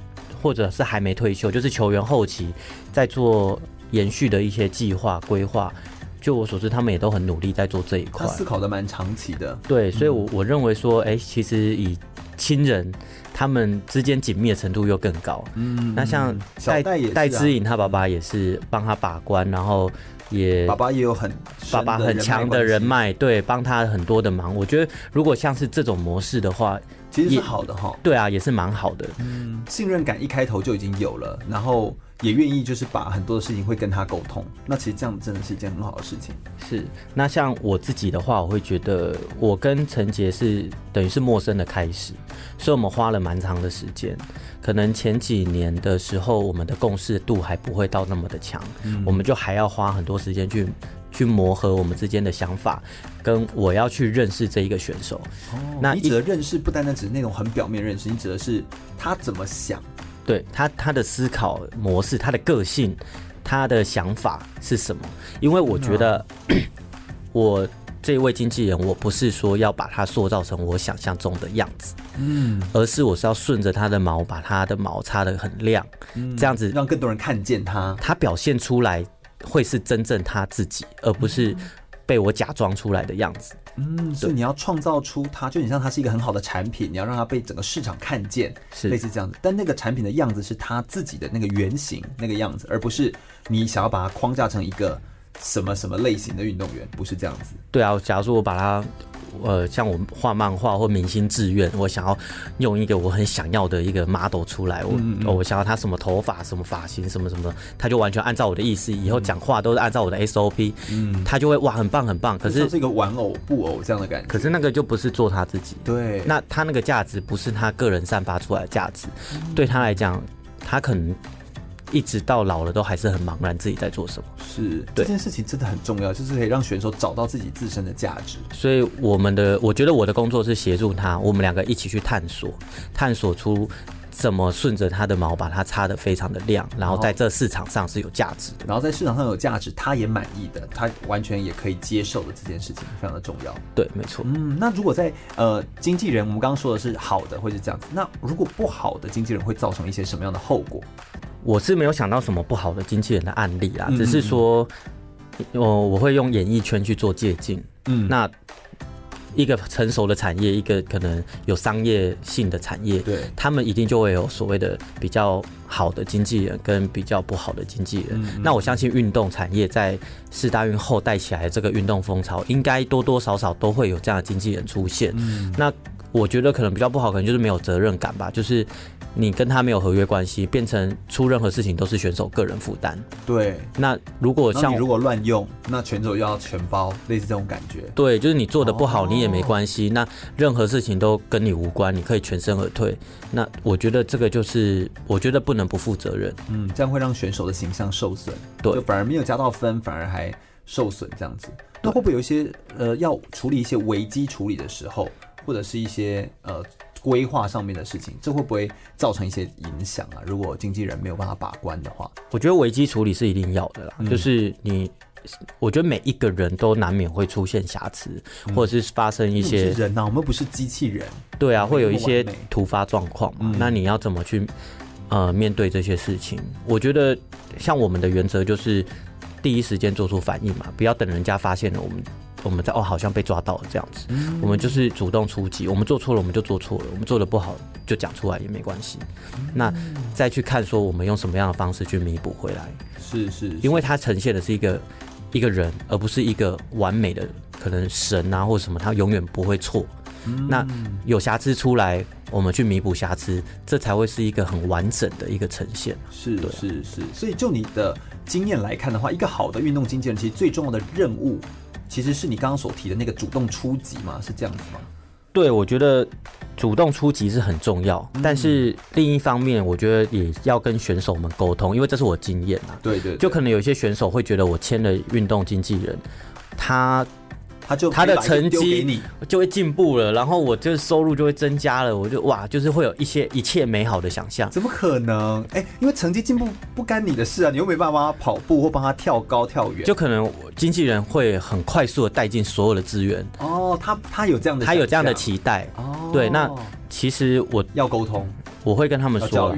或者是还没退休，就是球员后期在做延续的一些计划规划。就我所知，他们也都很努力在做这一块。 他思考的蛮长期的。 对，所以我认为说，其实以亲人他们之间紧密的程度又更高。那像戴资颖，他爸爸也是帮他把关，然后爸爸也有爸爸很强的人脉，对，帮他很多的忙。我觉得如果像是这种模式的话， 其实是好的哈。 对啊，也是蛮好的。 信任感一开头就已经有了，然后也愿意就是把很多的事情会跟他沟通。那其实这样真的是一件很好的事情。 是。那像我自己的话，我会觉得我跟陈杰是等于是陌生的开始，所以我们花了蛮长的时间。可能前几年的时候，我们的共识度还不会到那么的强，我们就还要花很多时间去磨合我们之间的想法，跟我要去认识这一个选手。 那你指的认识不单单只是那种很表面认识，你指的是他怎么想， 对他的思考模式，他的个性，他的想法是什么？因为我觉得我这位经纪人，我不是说要把他塑造成我想象中的样子，而是我是要顺着他的毛，把他的毛擦得很亮，这样子让更多人看见他， 他表现出来会是真正他自己，而不是被我假装出来的样子。 所以你要创造出它，就很像它是一个很好的产品，你要让它被整个市场看见，是类似这样子。但那个产品的样子是他自己的那个原型那个样子，而不是你想要把它框架成一个什么什么类型的运动员，不是这样子。 对啊，假如说我把它像我画漫画或明星志愿，我想要用一个我很想要的一个 model 出来，我想要他什么头发、什么发型、什么什么，他就完全按照我的意思，以后讲话都是按照我的 SOP，他就会哇很棒很棒。可是是一个玩偶布偶这样的感觉。 可是那个就不是做他自己， 对， 那他那个价值不是他个人散发出来的价值，对他来讲，他可能一直到老了都还是很茫然自己在做什么。 是，这件事情真的很重要，就是可以让选手找到自己自身的价值。 所以我觉得我的工作是协助他，我们两个一起去探索出怎么顺着他的毛把它擦得非常的亮，然后在这市场上是有价值的， 然后在市场上有价值，他也满意的，他完全也可以接受的这件事情非常的重要。 对，没错。 那如果在经纪人，我们刚刚说的是好的会是这样子，那如果不好的经纪人会造成一些什么样的后果？ 我是没有想到什么不好的经纪人的案例啦，只是说，我会用演艺圈去做借鉴。那一个成熟的产业，一个可能有商业性的产业，对，他们一定就会有所谓的比较好的经纪人跟比较不好的经纪人。那我相信运动产业在世大运后带起来的这个运动风潮，应该多多少少都会有这样的经纪人出现。那我觉得可能比较不好，可能就是没有责任感吧，就是你跟他没有合约关系，变成出任何事情都是选手个人负担。 对， 那如果像你如果乱用，那选手又要全包，类似这种感觉。 对，就是你做的不好，你也没关系，那任何事情都跟你无关，你可以全身而退。那我觉得这个就是我觉得不能不负责任。 这样会让选手的形象受损。 对， 就反而没有加到分，反而还受损这样子。那会不会有一些要处理一些危机处理的时候，或者是一些规划上面的事情，这会不会造成一些影响啊？如果经纪人没有办法把关的话， 我觉得危机处理是一定要的啦。就是我觉得每一个人都难免会出现瑕疵，或者是发生一些人啊，我们不是机器人。 对啊，会有一些突发状况嘛。那你要怎么去面对这些事情？我觉得像我们的原则就是第一时间做出反应嘛，不要等人家发现了我们在好像被抓到了这样子，我们就是主动出击，我们做错了我们就做错了，我们做的不好就讲出来也没关系。那再去看说我们用什么样的方式去弥补回来， 是， 因为它呈现的是一个人，而不是一个完美的可能神啊或什么，他永远不会错。那有瑕疵出来，我们去弥补瑕疵，这才会是一个很完整的一个呈现。 是，所以就你的经验来看的话，一个好的运动经纪人其实最重要的任务，其实是你刚刚所提的那个主动出击嘛，是这样子吗？ 对，我觉得主动出击是很重要，但是另一方面，我觉得也要跟选手们沟通，因为这是我经验啊。 对， 就可能有一些选手会觉得我签了运动经纪人，他的成绩就会进步了，然后我这收入就会增加了，我就哇，就是会有一切美好的想象。 怎么可能？因为成绩进步不干你的事啊，你又没办法帮他跑步或帮他跳高跳远， 就可能经纪人会很快速的带进所有的资源。 他有这样的期待。对，那其实我要沟通， 我会跟他们说，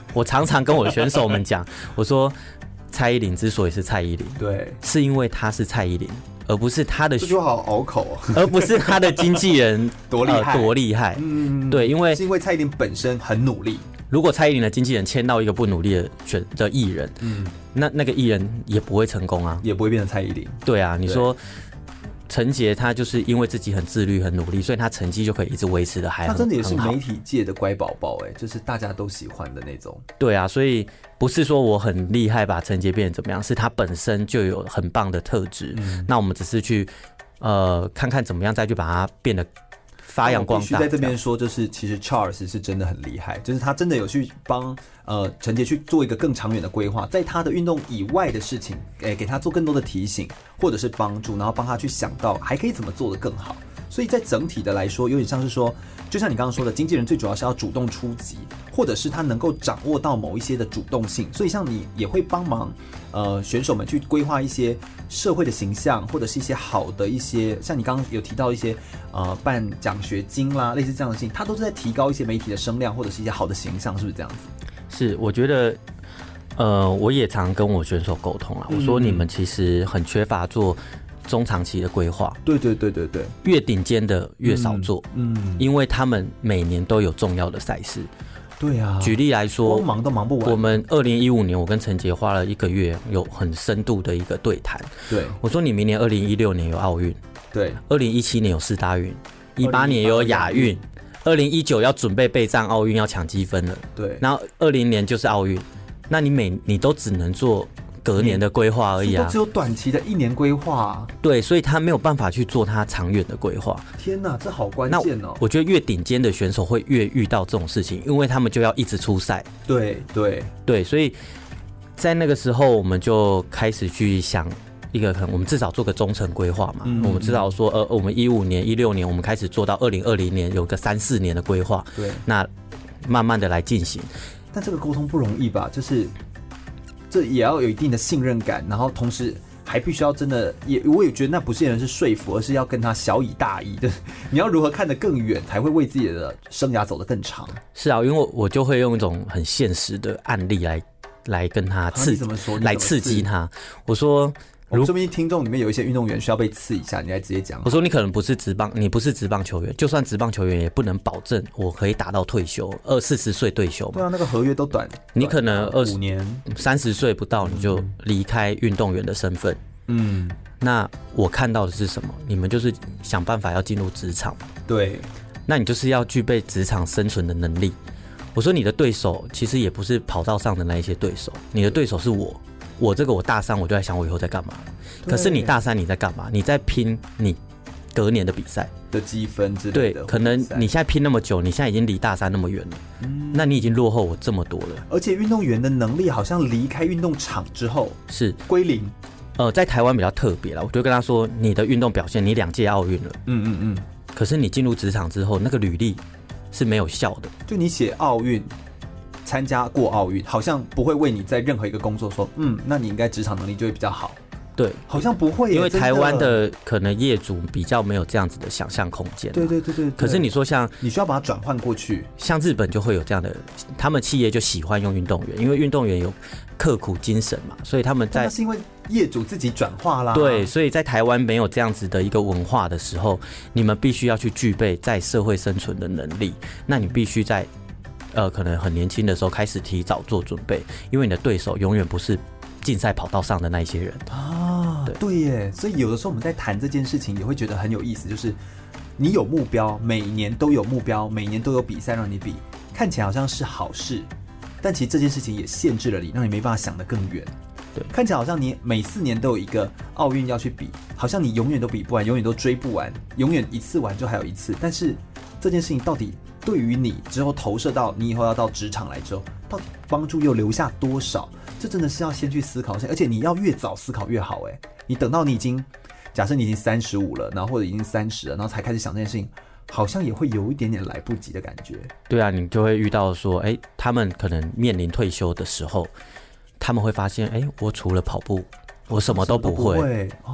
我常常跟我的选手们讲，我说蔡依林之所以是蔡依林， 对， 是因为她是蔡依林，而不是她的， 这就好拗口哦， 而不是她的经纪人多厉害， 对，因为是因为蔡依林本身很努力。 如果蔡依林的经纪人签到一个不努力的艺人，那个艺人也不会成功啊， 也不会变成蔡依林。 对啊，你说陈杰他就是因为自己很自律、很努力，所以他成绩就可以一直维持的还很好。 他真的也是媒体界的乖宝宝就是大家都喜欢的那种。 对啊，所以不是说我很厉害把陈杰变成怎么样，是他本身就有很棒的特质。那我们只是去看看怎么样再去把它变得发扬光大。我必须在这边说，就是其实 Charles 是真的很厉害，就是他真的有去帮陈杰去做一个更长远的规划，在他的运动以外的事情，给他做更多的提醒或者是帮助，然后帮他去想到还可以怎么做得更好。所以在整体的来说，有点像是说，就像你刚刚说的，经纪人最主要是要主动出击，或者是他能够掌握到某一些的主动性。所以像你也会帮忙选手们去规划一些社会的形象，或者是一些好的一些，像你刚刚有提到一些办奖学金啦，类似这样的事情，他都是在提高一些媒体的声量，或者是一些好的形象，是不是这样子？ 是，我觉得我也常跟我选手沟通啦，我说你们其实很缺乏做中长期的规划， 对， 越顶尖的越少做，因为他们每年都有重要的赛事。 对啊， 举例来说， 光忙都忙不完。 我们2015年，我跟陈杰花了1个月，有很深度的一个对谈。 对， 我说你明年2016年有奥运， 对 ，2017年有4大运，18年也有亚运，2019要准备备战奥运，要抢积分了。 对， 然后20年就是奥运，那你都只能做隔年的规划而已啊， 都只有短期的1年规划。 对，所以他没有办法去做他长远的规划。 天哪，这好关键哦！ 我觉得越顶尖的选手会越遇到这种事情，因为他们就要一直出赛。 对， 所以在那个时候，我们就开始去想一个，可能我们至少做个中程规划嘛。我们至少说，我们15年、16年，我们开始做到2020年，有个3、4年的规划。 对， 那慢慢的来进行。 但这个沟通不容易吧？就是这也要有一定的信任感，然后同时还必须要真的我也觉得那不是说服，而是要跟他小以大义的。你要如何看得更远，才会为自己的生涯走得更长。 是啊，因为我就会用一种很现实的案例来跟他来刺激他。我说， 我们说不定听众里面有一些运动员需要被刺一下，你来直接讲。 我说你可能不是职棒，你不是职棒球员，就算职棒球员也不能保证我可以打到退休，40岁退休嘛。 对啊，那个合约都短， 你可能 5年、 30岁不到你就离开运动员的身份。那我看到的是什么？你们就是想办法要进入职场嘛。 对， 那你就是要具备职场生存的能力。我说你的对手其实也不是跑道上的那一些对手，你的对手是我大3我就在想我以后在干嘛。可是你大3你在干嘛？你在拼你隔年的比赛的积分之类的。 对，可能你现在拼那么久，你现在已经离大3那么远了，那你已经落后我这么多了。 而且运动员的能力好像离开运动场之后是归零。 在台湾比较特别啦，我就跟他说，你的运动表现，你2届奥运了，可是你进入职场之后，那个履历是没有效的。 就你写奥运，参加过奥运，好像不会为你在任何一个工作说，那你应该职场能力就会比较好。 对， 好像不会， 因为台湾的可能业主比较没有这样子的想象空间。 对。 可是你说像你需要把它转换过去， 像日本就会有这样的，他们企业就喜欢用运动员，因为运动员有刻苦精神嘛，所以他们在。 那是因为业主自己转化啦。 对，所以在台湾没有这样子的一个文化的时候，你们必须要去具备在社会生存的能力。那你必须在可能很年轻的时候开始提早做准备，因为你的对手永远不是竞赛跑道上的那一些人啊。对耶，所以有的时候我们在谈这件事情也会觉得很有意思，就是你有目标，每年都有目标，每年都有比赛让你比，看起来好像是好事，但其实这件事情也限制了你，让你没办法想得更远。 对， 看起来好像你每4年都有一个奥运要去比，好像你永远都比不完，永远都追不完，永远一次完就还有一次。但是这件事情到底对于你之后投射到你以后要到职场来之后，到底帮助又留下多少？这真的是要先去思考一下，而且你要越早思考越好。你等到你已经，假设你已经35了，然后或者已经30了，然后才开始想这件事情，好像也会有一点点来不及的感觉。 对啊，你就会遇到说，他们可能面临退休的时候，他们会发现，我除了跑步，我什么都不会。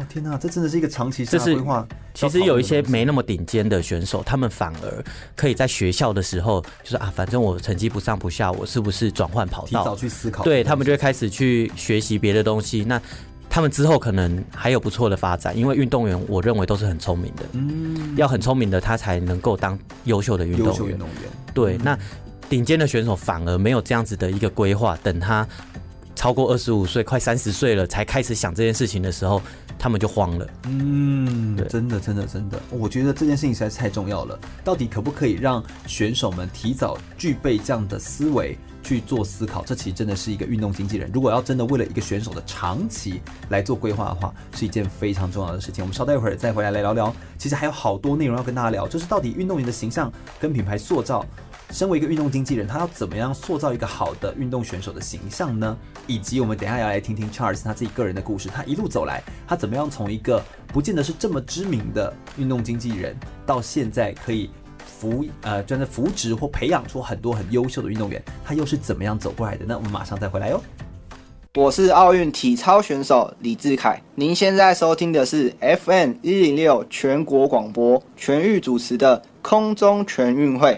天哪，这真的是一个长期规划。 其实有一些没那么顶尖的选手，他们反而可以在学校的时候，就是反正我成绩不上不下，我是不是转换跑道？ 提早去思考。 对，他们就会开始去学习别的东西。那他们之后可能还有不错的发展，因为运动员我认为都是很聪明的，要很聪明的他才能够当优秀的运动员。对，那顶尖的选手反而没有这样子的一个规划，等他超过25岁，快30岁了，才开始想这件事情的时候，他们就慌了。 真的，我觉得这件事情实在是太重要了。到底可不可以让选手们提早具备这样的思维去做思考？这其实真的是一个运动经纪人，如果要真的为了一个选手的长期来做规划的话，是一件非常重要的事情。我们稍待一会儿再回来聊聊。其实还有好多内容要跟大家聊，就是到底运动员的形象跟品牌塑造。身为一个运动经纪人，他要怎么样塑造一个好的运动选手的形象呢？以及我们等一下要来听听 Charles 他自己个人的故事，他一路走来，他怎么样从一个不见得是这么知名的运动经纪人，到现在可以真的扶植或培养出很多很优秀的运动员，他又是怎么样走过来的呢？我们马上再回来哟。 我是奥运体操选手李志凯，您现在收听的是 FM106 全国广播全域主持的空中全运会。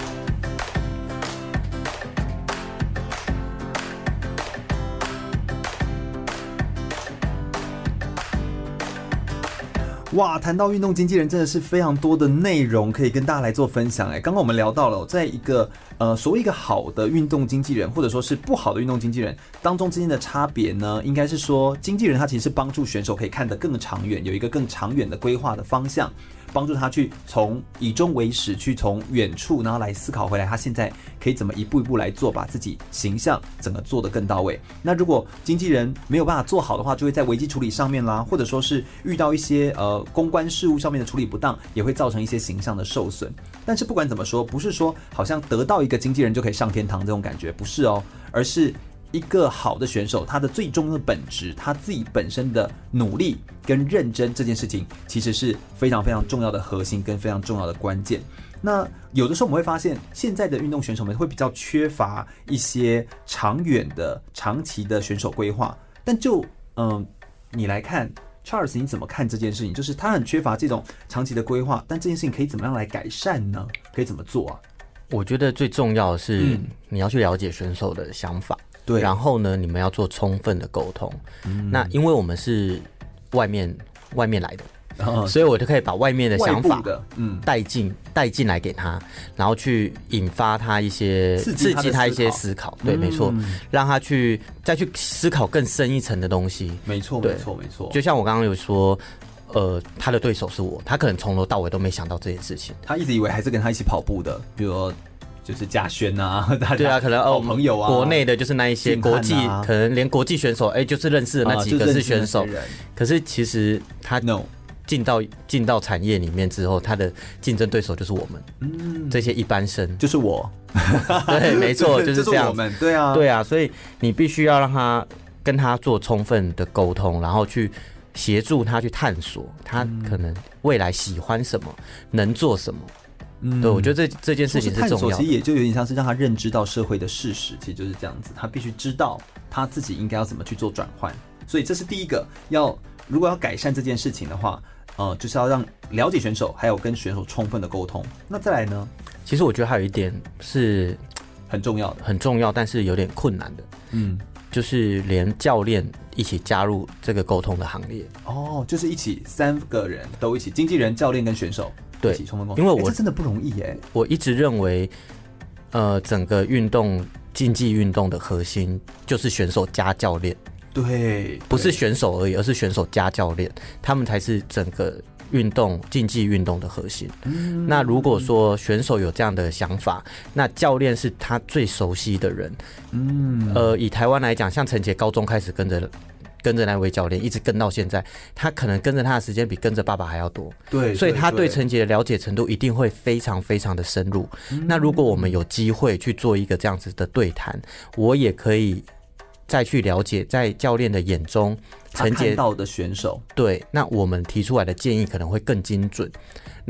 哇，谈到运动经纪人，真的是非常多的内容可以跟大家来做分享。刚刚我们聊到了，在一个所谓一个好的运动经纪人，或者说是不好的运动经纪人当中之间的差别呢，应该是说，经纪人他其实是帮助选手可以看得更长远，有一个更长远的规划的方向，帮助他去从以终为始，去从远处然后来思考回来，他现在可以怎么一步一步来做，把自己形象整个做得更到位。那如果经纪人没有办法做好的话，就会在危机处理上面啦，或者说是遇到一些公关事务上面的处理不当，也会造成一些形象的受损。但是不管怎么说，不是说好像得到一个经纪人就可以上天堂这种感觉，不是哦，而是一个好的选手，他的最终的本质，他自己本身的努力跟认真这件事情，其实是非常非常重要的核心跟非常重要的关键。那有的时候我们会发现，现在的运动选手们会比较缺乏一些长远的、长期的选手规划。但就你来看 ，Charles， 你怎么看这件事情？就是他很缺乏这种长期的规划，但这件事情可以怎么样来改善呢？可以怎么做啊？ 我觉得最重要的是你要去了解选手的想法， 对， 然后呢，你们要做充分的沟通。那因为我们是外面来的，所以我就可以把外面的想法带进来给他，然后去引发他一些刺激他一些思考。对，没错，让他再去思考更深一层的东西。 没错，没错，没错。 就像我刚刚有说。他的对手是我，他可能从头到尾都没想到这件事情， 他一直以为还是跟他一起跑步的，比如说就是嘉轩啊， 对啊，可能好朋友啊， 国内的就是那一些国际，可能连国际选手，就是认识的那几个是选手，可是其实他进到产业里面之后，他的竞争对手就是我们，这些一般生， 就是我， 对，没错，就是这样， 我们，对啊， 对啊，所以你必须要让他跟他做充分的沟通，然后去协助他去探索他可能未来喜欢什么，能做什么。对，我觉得这件事情是重要的。探索其实也就有点像是让他认知到社会的事实，其实就是这样子。他必须知道他自己应该要怎么去做转换。所以这是第一个，如果要改善这件事情的话，就是要让了解选手，还有跟选手充分的沟通。那再来呢？ 其实我觉得还有一点是很重要的， 很重要，但是有点困难的。就是连教练一起加入这个沟通的行列。 就是一起3个人都一起，经纪人、教练跟选手一起充分沟通。 因为这真的不容易耶。 我一直认为，整个竞技运动的核心就是选手加教练。 对， 不是选手而已，而是选手加教练，他们才是整个竞技运动的核心。那如果说选手有这样的想法，那教练是他最熟悉的人。以台湾来讲，像陈杰高中开始跟着那位教练，一直跟到现在，他可能跟着他的时间比跟着爸爸还要多。 对， 所以他对陈杰的了解程度一定会非常非常的深入。那如果我们有机会去做一个这样子的对谈，我也可以再去了解，在教练的眼中， 他看到的选手， 对，那我们提出来的建议可能会更精准。那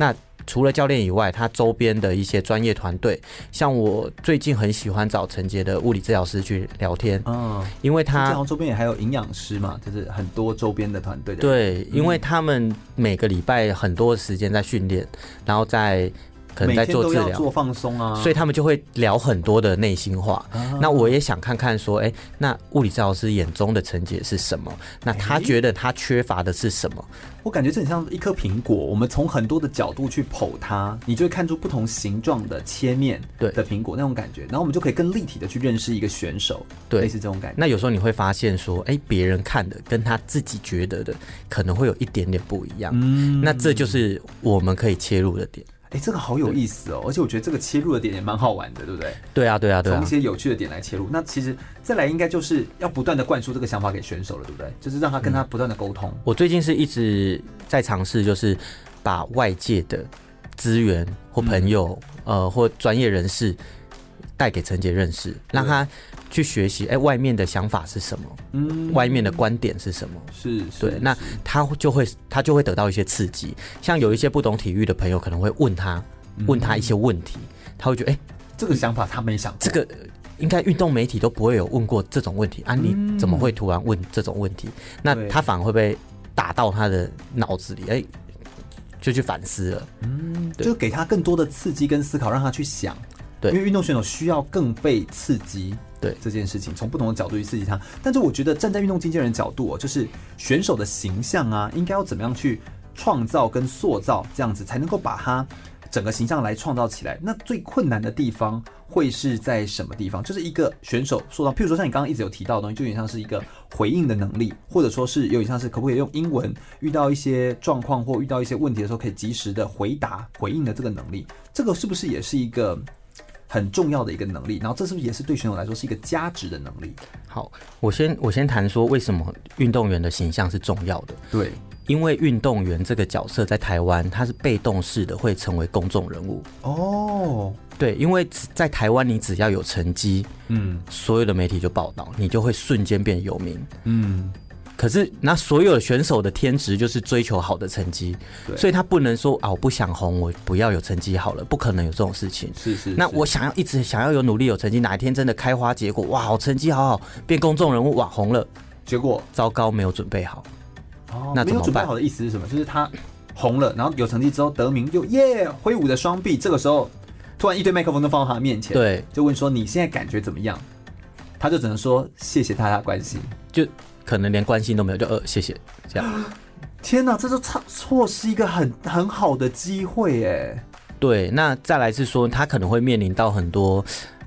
除了教练以外，他周边的一些专业团队，像我最近很喜欢找承杰的物理治疗师去聊天，因为他周边也还有营养师嘛，就是很多周边的团队的。 对，因为他们每个礼拜很多时间在训练，然后可能在做治疗， 每天都要做放松啊， 所以他们就会聊很多的内心话。那我也想看看说，那物理治疗师眼中的承杰是什么？那他觉得他缺乏的是什么？ 我感觉这很像一颗苹果，我们从很多的角度去剖它，你就会看出不同形状的切面的苹果那种感觉，然后我们就可以更立体的去认识一个选手，对，类似这种感觉。 那有时候你会发现说，别人看的跟他自己觉得的可能会有一点点不一样，那这就是我们可以切入的点。 这个好有意思哦，而且我觉得这个切入的点也蛮好玩的，对不对？ 对啊， 从一些有趣的点来切入。那其实再来应该就是要不断的灌输这个想法给选手了，对不对？就是让他跟他不断的沟通。 我最近是一直在尝试，就是把外界的资源或朋友，或专业人士带给承杰认识，让他去学习，外面的想法是什么，外面的观点是什么， 是对，那他就会得到一些刺激。像有一些不懂体育的朋友，可能会问他一些问题，他会觉得， 这个想法他没想过， 这个应该运动媒体都不会有问过这种问题啊，你怎么会突然问这种问题？那他反而会被打到他的脑子里，就去反思了， 就给他更多的刺激跟思考，让他去想。对，因为运动选手需要更被刺激，对这件事情，从不同的角度去刺激他。但是我觉得站在运动经纪人的角度，就是选手的形象啊，应该要怎么样去创造跟塑造，这样子才能够把他整个形象来创造起来。那最困难的地方会是在什么地方？就是一个选手塑造，譬如说像你刚刚一直有提到的东西，就有点像是一个回应的能力，或者说是有点像是可不可以用英文遇到一些状况或遇到一些问题的时候，可以及时的回应的这个能力，这个是不是也是一个很重要的一个能力？然后这是不是也是对选手来说是一个加值的能力？ 好，我先谈说为什么运动员的形象是重要的。 对， 因为运动员这个角色在台湾，他是被动式的会成为公众人物。对，因为在台湾你只要有成绩，所有的媒体就报道，你就会瞬间变有名。可是那所有的选手的天职就是追求好的成绩，所以他不能说我不想红，我不要有成绩好了，不可能有这种事情。 是。 那我一直想要有努力有成绩，哪一天真的开花结果，哇，成绩好好，变公众人物，哇，红了， 结果糟糕，没有准备好。那怎么办？没有准备好的意思是什么？就是他红了，然后有成绩之后得名，又挥舞着双臂，这个时候突然一堆麦克风都放到他的面前，对，就问说你现在感觉怎么样？他就只能说谢谢大家关心， 就可能连关心都没有，就谢谢这样。 天哪，这就错失一个很好的机会耶。 对，那再来是说他可能会面临到很多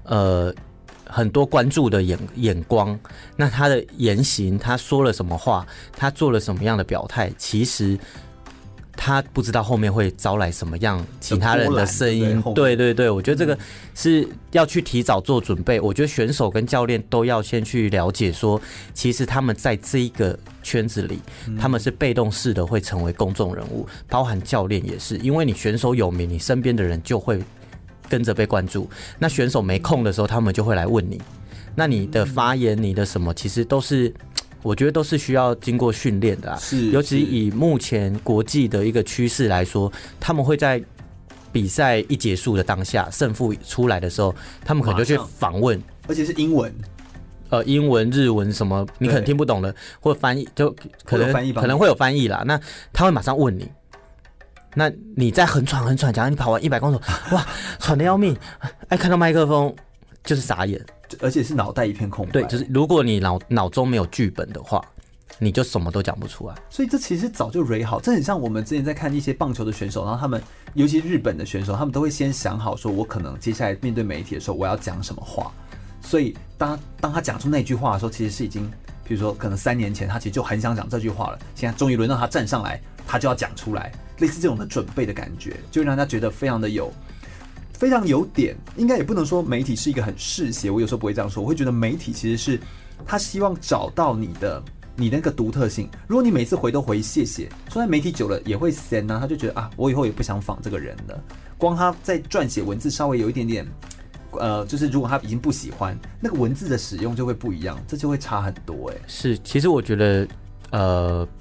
关注的眼光，那他的言行，他说了什么话，他做了什么样的表态，其实他不知道后面会招来什么样其他人的声音。对，我觉得这个是要去提早做准备。我觉得选手跟教练都要先去了解说，其实他们在这一个圈子里，他们是被动式的会成为公众人物，包含教练也是，因为你选手有名，你身边的人就会跟着被关注。那选手没空的时候，他们就会来问你，那你的发言，你的什么，其实都是。我觉得都是需要经过训练的尤其以目前国际的一个趋势来说，他们会在比赛一结束的当下，胜负出来的时候，他们可能就去访问， 而且是英文， 英文、日文什么，你可能听不懂的，或翻译，就可能会有翻译啦。那他会马上问你，那你在很喘，假如你跑完100公尺，哇，喘得要命，看到麦克风就是傻眼。 而且是脑袋一片空白。 对，就是如果你脑中没有剧本的话，你就什么都讲不出来。 所以这其实早就 ready 好，这很像我们之前在看一些棒球的选手，然后他们尤其日本的选手，他们都会先想好说，我可能接下来面对媒体的时候，我要讲什么话。所以当他讲出那句话的时候，其实是已经，比如说可能3年前他其实就很想讲这句话了，现在终于轮到他站上来，他就要讲出来，类似这种的准备的感觉，就让他觉得非常有点，应该也不能说媒体是一个很嗜血，我有时候不会这样说，我会觉得媒体其实是他希望找到你的那个独特性。如果你每次回都回谢谢，说在媒体久了也会闲啊，他就觉得我以后也不想访这个人了。光他在撰写文字稍微有一点点，就是如果他已经不喜欢那个文字的使用就会不一样，这就会差很多。是， 其实我觉得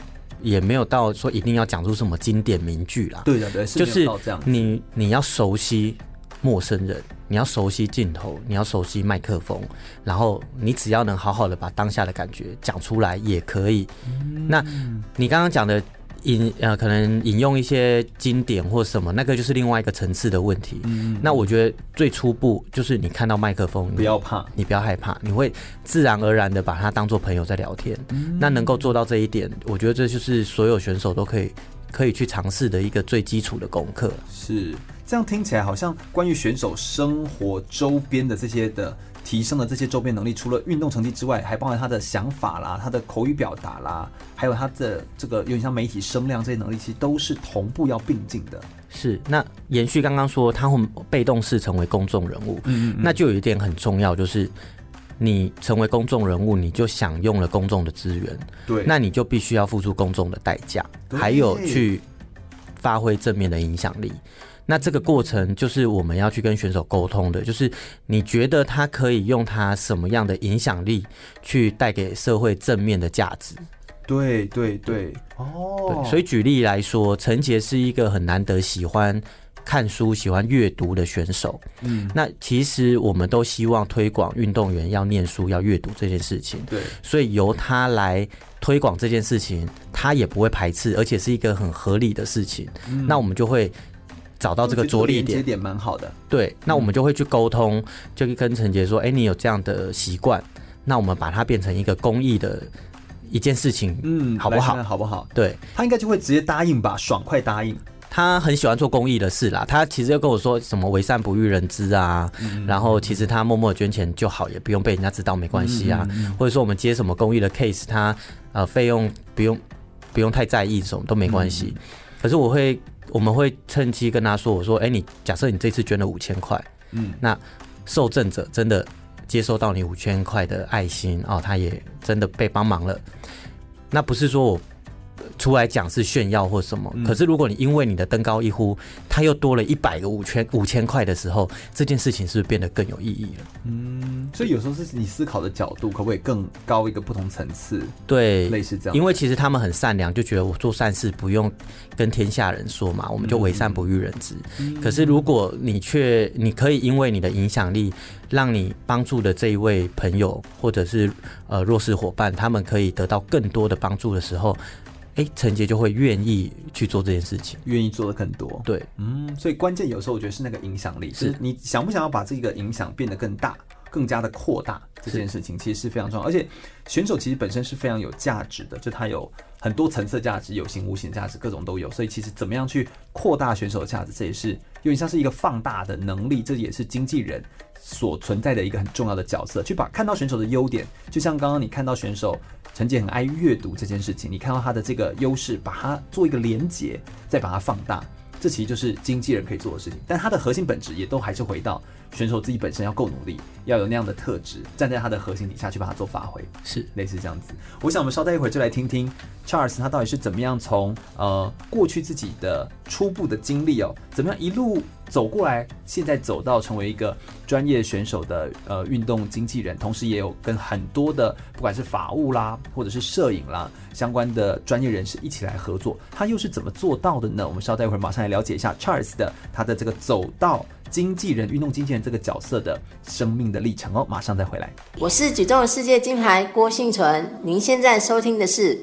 也没有到说一定要讲出什么经典名句啦。 对的，对， 就是你要熟悉陌生人，你要熟悉镜头，你要熟悉麦克风，然后你只要能好好的把当下的感觉讲出来也可以。那你刚刚讲的可能引用一些经典或什么，那个就是另外一个层次的问题。那我觉得最初步就是你看到麦克风， 不要怕， 你不要害怕，你会自然而然的把它当作朋友在聊天。那能够做到这一点，我觉得这就是所有选手都可以去尝试的一个最基础的功课。 是这样听起来好像关于选手生活周边的这些的提升的这些周边能力，除了运动成绩之外，还包含他的想法啦、他的口语表达啦，还有他的这个有点像媒体声量这些能力，其实都是同步要并进的。 是，那延续刚刚说他会被动式成为公众人物，那就有一点很重要，就是你成为公众人物，你就享用了公众的资源，对，那你就必须要付出公众的代价，还有去发挥正面的影响力。那这个过程就是我们要去跟选手沟通的，就是你觉得他可以用他什么样的影响力去带给社会正面的价值。 对对对，哦， 所以举例来说，陈杰是一个很难得喜欢看书、喜欢阅读的选手。那其实我们都希望推广运动员要念书、要阅读这件事情。对，所以由他来推广这件事情，他也不会排斥，而且是一个很合理的事情。那我们就会找到这个着力点， 连接点蛮好的。 对，那我们就会去沟通，就跟陈杰说：“你有这样的习惯，那我们把它变成一个公益的一件事情，好不好？ 好不好？” 对， 他应该就会直接答应吧，爽快答应。 他很喜欢做公益的事啦，他其实就跟我说什么为善不欲人知啊，然后其实他默默捐钱就好，也不用被人家知道，没关系啊。或者说我们接什么公益的 case， 他费用不用太在意，什么都没关系。可是我们会趁机跟他说，我说，你假设你这次捐了5000块，那受赠者真的接收到你5000块的爱心他也真的被帮忙了。那不是说我出来讲是炫耀或什么，可是如果你因为你的登高一呼，他又多了100个5000块的时候，这件事情是不是变得更有意义了？ 所以有时候是你思考的角度可不可以更高一个不同层次？ 对， 类似这样。 因为其实他们很善良，就觉得我做善事不用跟天下人说嘛，我们就为善不欲人知。可是如果你可以因为你的影响力，让你帮助的这一位朋友或者是弱势伙伴，他们可以得到更多的帮助的时候，陈杰就会愿意去做这件事情， 愿意做的更多。 对， 所以关键有时候我觉得是那个影响力，是你想不想要把这个影响变得更大，更加的扩大，这件事情其实是非常重要。而且选手其实本身是非常有价值的，就他有很多层次的价值，有形无形的价值，各种都有。所以其实怎么样去扩大选手的价值，这也是有点像是一个放大的能力，这也是经纪人所存在的一个很重要的角色，去看到选手的优点，就像刚刚你看到选手陈杰很爱阅读这件事情，你看到他的这个优势，把它做一个连结，再把它放大，这其实就是经纪人可以做的事情。但他的核心本质也都还是回到选手自己本身要够努力，要有那样的特质，站在他的核心底下去把它做发挥，是类似这样子。我想我们稍待一会儿就来听听 Charles 他到底是怎么样从过去自己的初步的经历怎么样一路走过来，现在走到成为一个专业选手的运动经纪人，同时也有跟很多的不管是法务啦，或者是摄影啦相关的专业人士一起来合作，他又是怎么做到的呢？我们稍待一会儿马上来了解一下 Charles 的他的这个走到经纪人、运动经纪人这个角色的生命的历程马上再回来。 我是举重世界金牌郭婞淳，您现在收听的是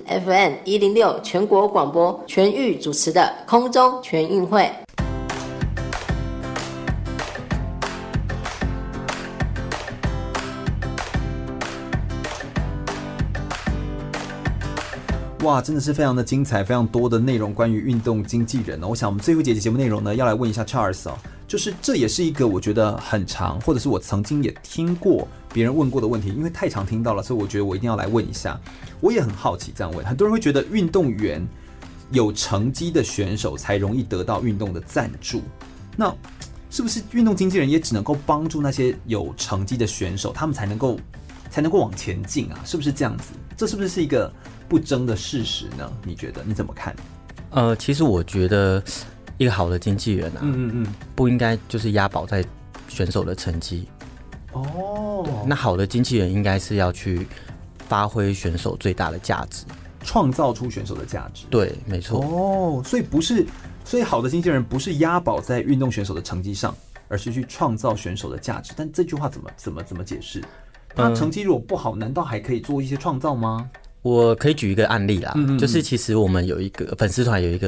FM106 全国广播全域主持的空中全运会。 哇，真的是非常的精彩，非常多的内容关于运动经纪人我想我们最后一节节目内容呢，要来问一下 Charles 就是这也是一个我觉得很长，或者是我曾经也听过别人问过的问题，因为太常听到了，所以我觉得我一定要来问一下。我也很好奇这样问，很多人会觉得运动员有成绩的选手才容易得到运动的赞助，那是不是运动经纪人也只能够帮助那些有成绩的选手，他们才能够往前进啊？是不是这样子？这是不是一个不争的事实呢？你觉得你怎么看？ 其实我觉得一个好的经纪人不应该就是押宝在选手的成绩。那好的经纪人应该是要去发挥选手最大的价值。 创造出选手的价值。 对，没错。 哦，所以好的经纪人不是押宝在运动选手的成绩上，而是去创造选手的价值。但这句话怎么解释？他成绩如果不好，难道还可以做一些创造吗？ 我可以举一个案例啦，就是其实我们有一个粉丝团，有一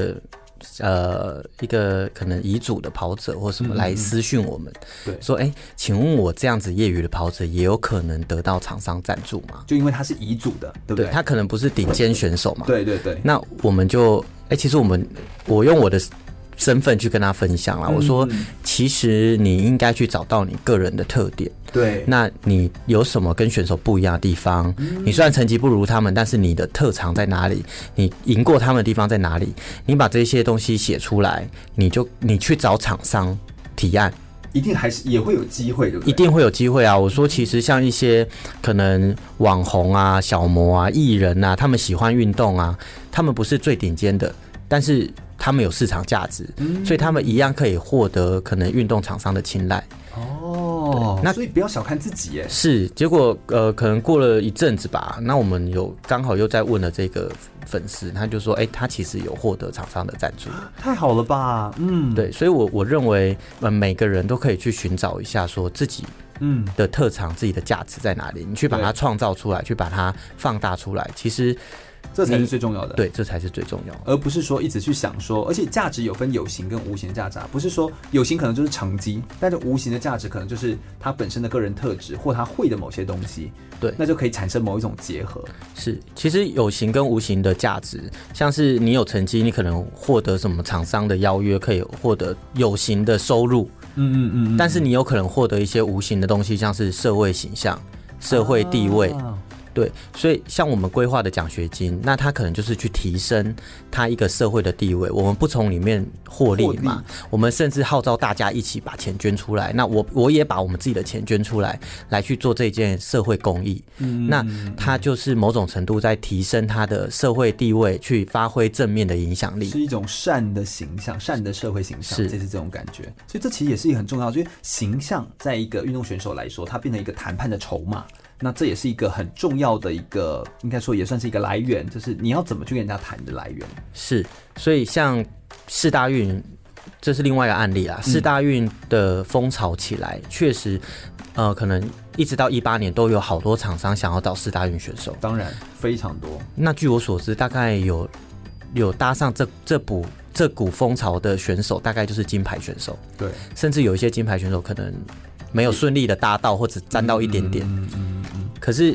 个可能乙组的跑者或什么来私讯我们，说请问我这样子业余的跑者也有可能得到厂商赞助吗？ 就因为他是乙组的，对不对？ 他可能不是顶尖选手嘛。对。 那我们就其实我用我的身份去跟他分享啦，我说其实你应该去找到你个人的特点。 对， 那你有什么跟选手不一样的地方？你虽然成绩不如他们，但是你的特长在哪里？你赢过他们的地方在哪里？你把这些东西写出来，你去找厂商提案， 一定还是也会有机会，对不对？ 一定会有机会啊！我说，其实像一些可能网红啊、小模啊、艺人啊，他们喜欢运动啊，他们不是最顶尖的，但是他们有市场价值，所以他们一样可以获得可能运动厂商的青睐。 那所以不要小看自己耶。 是，结果可能过了一阵子吧，那我们刚好又在问了这个粉丝，他就说，他其实有获得厂商的赞助。 太好了吧？ 对，所以我认为每个人都可以去寻找一下，说自己的特长、自己的价值在哪里，你去把它创造出来，去把它放大出来，其实。 这才是最重要的， 对，这才是最重要的， 而不是说一直去想说，而且价值有分有形跟无形的价值，不是说有形可能就是成绩，但是无形的价值可能就是他本身的个人特质或他会的某些东西， 对， 那就可以产生某一种结合。 是，其实有形跟无形的价值，像是你有成绩，你可能获得什么厂商的邀约，可以获得有形的收入，但是你有可能获得一些无形的东西，像是社会形象、社会地位。对，所以像我们规划的奖学金，那它可能就是去提升它一个社会的地位。我们不从里面获利嘛，我们甚至号召大家一起把钱捐出来。那我也把我们自己的钱捐出来，来去做这件社会公益。那它就是某种程度在提升它的社会地位，去发挥正面的影响力， 是一种善的形象，善的社会形象，这是这种感觉。所以这其实也是一个很重要的，就是形象在一个运动选手来说，它变成一个谈判的筹码。那这也是一个很重要的一个，应该说也算是一个来源，就是你要怎么去跟人家谈的来源。 是，所以像世大运，这是另外一个案例啦。世大运的风潮起来，确实，可能一直到18年都有好多厂商想要找世大运选手， 当然非常多。 那据我所知，大概有搭上这股风潮的选手，大概就是金牌选手。 对， 甚至有一些金牌选手可能没有顺利的搭到，或者沾到一点点。可是，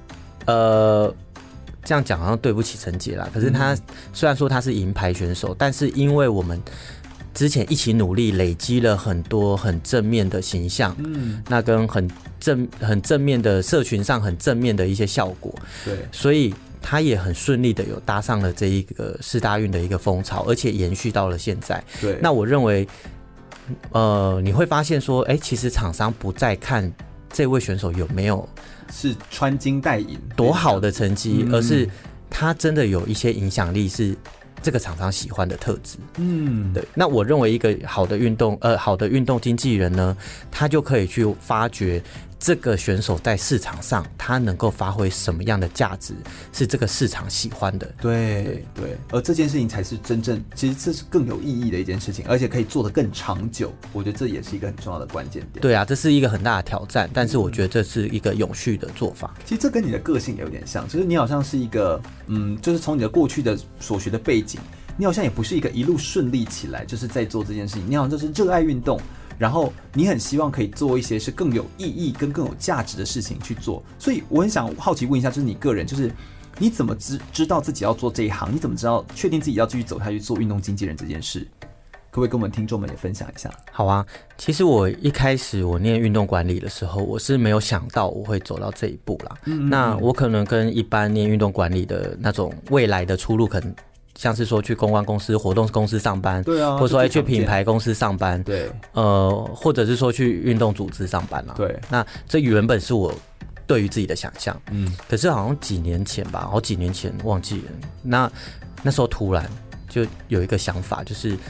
这样讲好像对不起陈杰啦。可是他虽然说他是银牌选手，但是因为我们之前一起努力，累积了很多很正面的形象，那跟很正面的社群上很正面的一些效果， 对， 所以他也很顺利的有搭上了这一个世大运的一个风潮，而且延续到了现在。 对， 那我认为，你会发现说，其实厂商不再看这位选手有没有是穿金戴银多好的成绩，而是他真的有一些影响力是这个厂商喜欢的特质。对。那我认为一个好的运动经纪人呢，他就可以去发掘这个选手在市场上他能够发挥什么样的价值，是这个市场喜欢的。 对，而这件事情才是真正，其实这是更有意义的一件事情，而且可以做得更长久。我觉得这也是一个很重要的关键点。 对啊，这是一个很大的挑战，但是我觉得这是一个永续的做法。 其实这跟你的个性也有点像，就是你好像是一个就是从你的过去的所学的背景，你好像也不是一个一路顺利起来就是在做这件事情，你好像就是热爱运动，然后你很希望可以做一些是更有意义跟更有价值的事情去做。所以我很想好奇问一下，就是你个人，就是你怎么知道自己要做这一行？你怎么知道确定自己要继续走下去做运动经纪人这件事？可不可以跟我们听众们也分享一下？ 好啊，其实我一开始我念运动管理的时候，我是没有想到我会走到这一步啦。那我可能跟一般念运动管理的那种未来的出路，可能像是说去公关公司、活动公司上班， 对啊， 或者说去品牌公司上班， 对， 或者是说去运动组织上班啦。 对， 那这原本是我对于自己的想象，可是好像几年前吧，好几年前忘记了。那时候突然就有一个想法，就是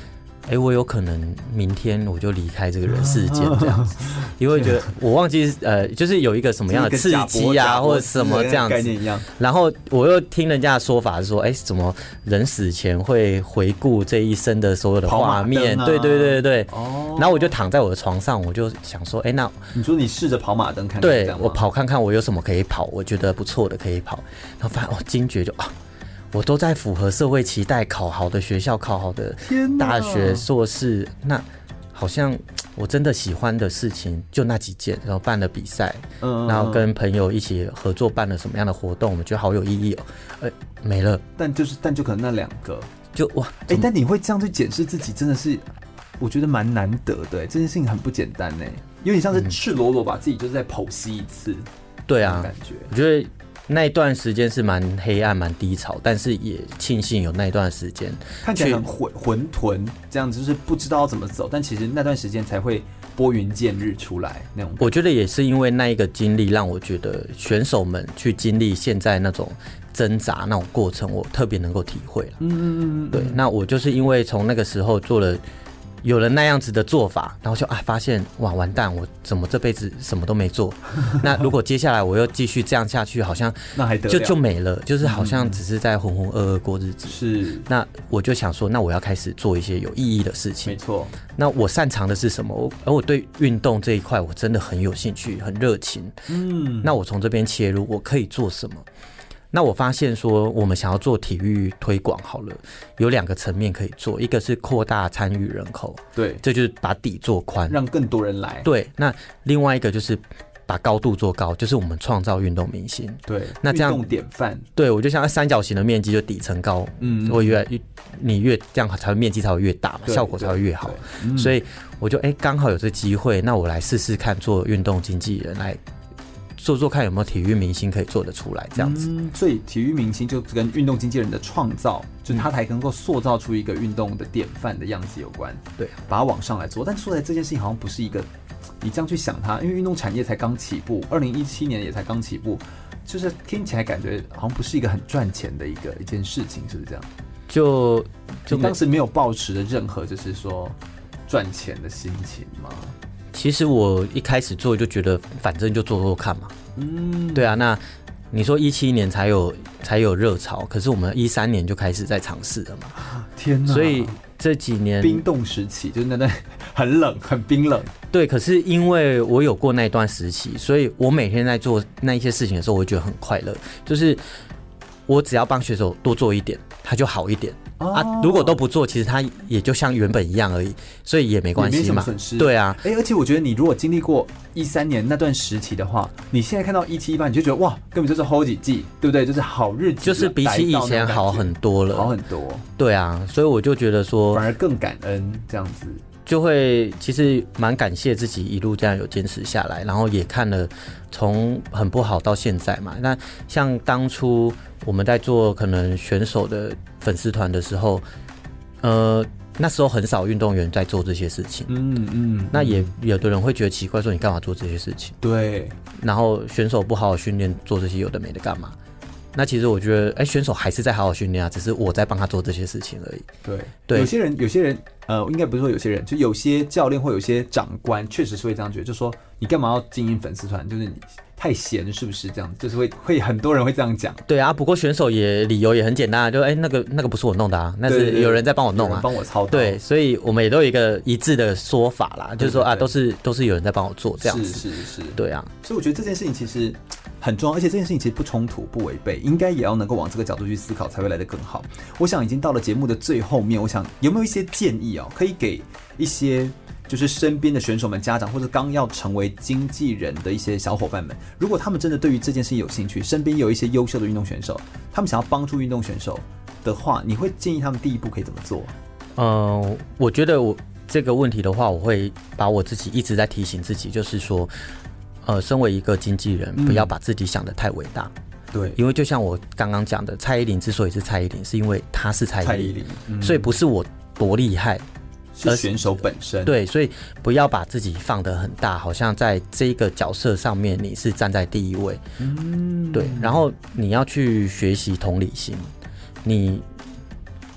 我有可能明天我就离开这个人世间这样子，因为觉得我忘记就是有一个什么样的刺激啊，或者什么这样子概念一样。然后我又听人家的说法是说，怎么人死前会回顾这一生的所有的画面？对。然后我就躺在我的床上，我就想说，那你说你试着跑马灯看看， 对我跑看看我有什么可以跑，我觉得不错的可以跑，然后发现惊觉就我都在符合社会期待，考好的学校，考好的大学硕士，那好像我真的喜欢的事情就那几件，然后办了比赛，然后跟朋友一起合作办了什么样的活动，我们觉得好有意义没了。 但就可能那2个， 就哇， 但你会这样去检视自己，真的是我觉得蛮难得的，这件事情很不简单呢，有点像是赤裸裸把自己就是在剖析一次， 对啊， 感觉我觉得。那一段时间是蛮黑暗、蛮低潮，但是也庆幸有那一段时间， 看起来很混沌，这样子就是不知道怎么走，但其实那段时间才会拨云见日出来那种。 我觉得也是因为那一个经历，让我觉得选手们去经历现在那种挣扎那种过程，我特别能够体会了。对，那我就是因为从那个时候有了那样子的做法，然后就发现哇完蛋，我怎么这辈子什么都没做？那如果接下来我又继续这样下去，好像那还得了就没了，就是好像只是在浑浑噩噩过日子。 是， 那我就想说，那我要开始做一些有意义的事情。 没错。 那我擅长的是什么？而我对运动这一块我真的很有兴趣，很热情。那我从这边切入，我可以做什么？那我发现说，我们想要做体育推广好了，有2个层面可以做，一个是扩大参与人口， 对， 这就是把底做宽， 让更多人来。 对，那另外一个就是把高度做高，就是我们创造运动明星。 对， 那这样运动典范。 对，我就像三角形的面积就底层高，会你越这样才会面积才会越大嘛，效果才会越好。所以我就刚好有这机会，那我来试试看做运动经纪人来。做看有没有体育明星可以做得出来这样子， 所以体育明星就跟运动经纪人的创造，就是他才能够塑造出一个运动的典范的样子有关。 对， 把它往上来做。但说来这件事情好像不是一个，你这样去想它，因为运动产业才刚起步，2017年也才刚起步，就是听起来感觉好像不是一个很赚钱的一件事情，是不是这样？ 就当时没有抱持的任何就是说赚钱的心情吗？ 其实我一开始做就觉得反正就做看嘛，对啊，那你说17年才有热潮，可是我们13年就开始在尝试了嘛， 天哪！ 所以这几年冰冻时期就是那段很冷很冰冷， 对，可是因为我有过那段时期，所以我每天在做那一些事情的时候，我会觉得很快乐，就是我只要帮选手多做一点，他就好一点。如果都不做，其实他也就像原本一样而已，所以也没关系嘛， 也没什么损失。 对啊， 而且我觉得你如果经历过13年那段时期的话，你现在看到17、18，你就觉得哇，根本就是好几季，对不对？就是好日子， 就是比起以前好很多了， 好很多。 对啊，所以我就觉得说， 反而更感恩这样子。 就会其实蛮感谢自己一路这样有坚持下来，然后也看了从很不好到现在嘛。那像当初我们在做可能选手的粉丝团的时候，那时候很少运动员在做这些事情。那也有的人会觉得奇怪，说你干嘛做这些事情？对。然后选手不好好训练，做这些有的没的干嘛？那其实我觉得，选手还是在好好训练啊，只是我在帮他做这些事情而已。对， 有些人，应该不是说有些人，就有些教练或有些长官，确实是会这样觉得，就说你干嘛要经营粉丝团？就是你太闲，是不是这样子？就是会很多人会这样讲。 对啊，不过选手理由也很简单啊，就那个不是我弄的啊，那是有人在帮我弄啊， 帮我操刀。 对，所以我们也都有一个一致的说法啦，就是说都是有人在帮我做这样子。 是， 对啊。 所以我觉得这件事情其实很重要，而且这件事情其实不冲突、不违背，应该也要能够往这个角度去思考，才会来得更好。我想已经到了节目的最后面，我想有没有一些建议可以给一些就是身边的选手们、家长或者刚要成为经纪人的一些小伙伴们，如果他们真的对于这件事情有兴趣，身边有一些优秀的运动选手，他们想要帮助运动选手的话，你会建议他们第一步可以怎么做？ 我觉得我这个问题的话，我会把我自己一直在提醒自己，就是说，身为一个经纪人，不要把自己想得太伟大。 对， 因为就像我刚刚讲的，蔡依林之所以是蔡依林，是因为她是蔡依林，所以不是我多厉害。 是选手本身。 对，所以不要把自己放得很大，好像在这个角色上面你是站在第一位。对，然后你要去学习同理心，你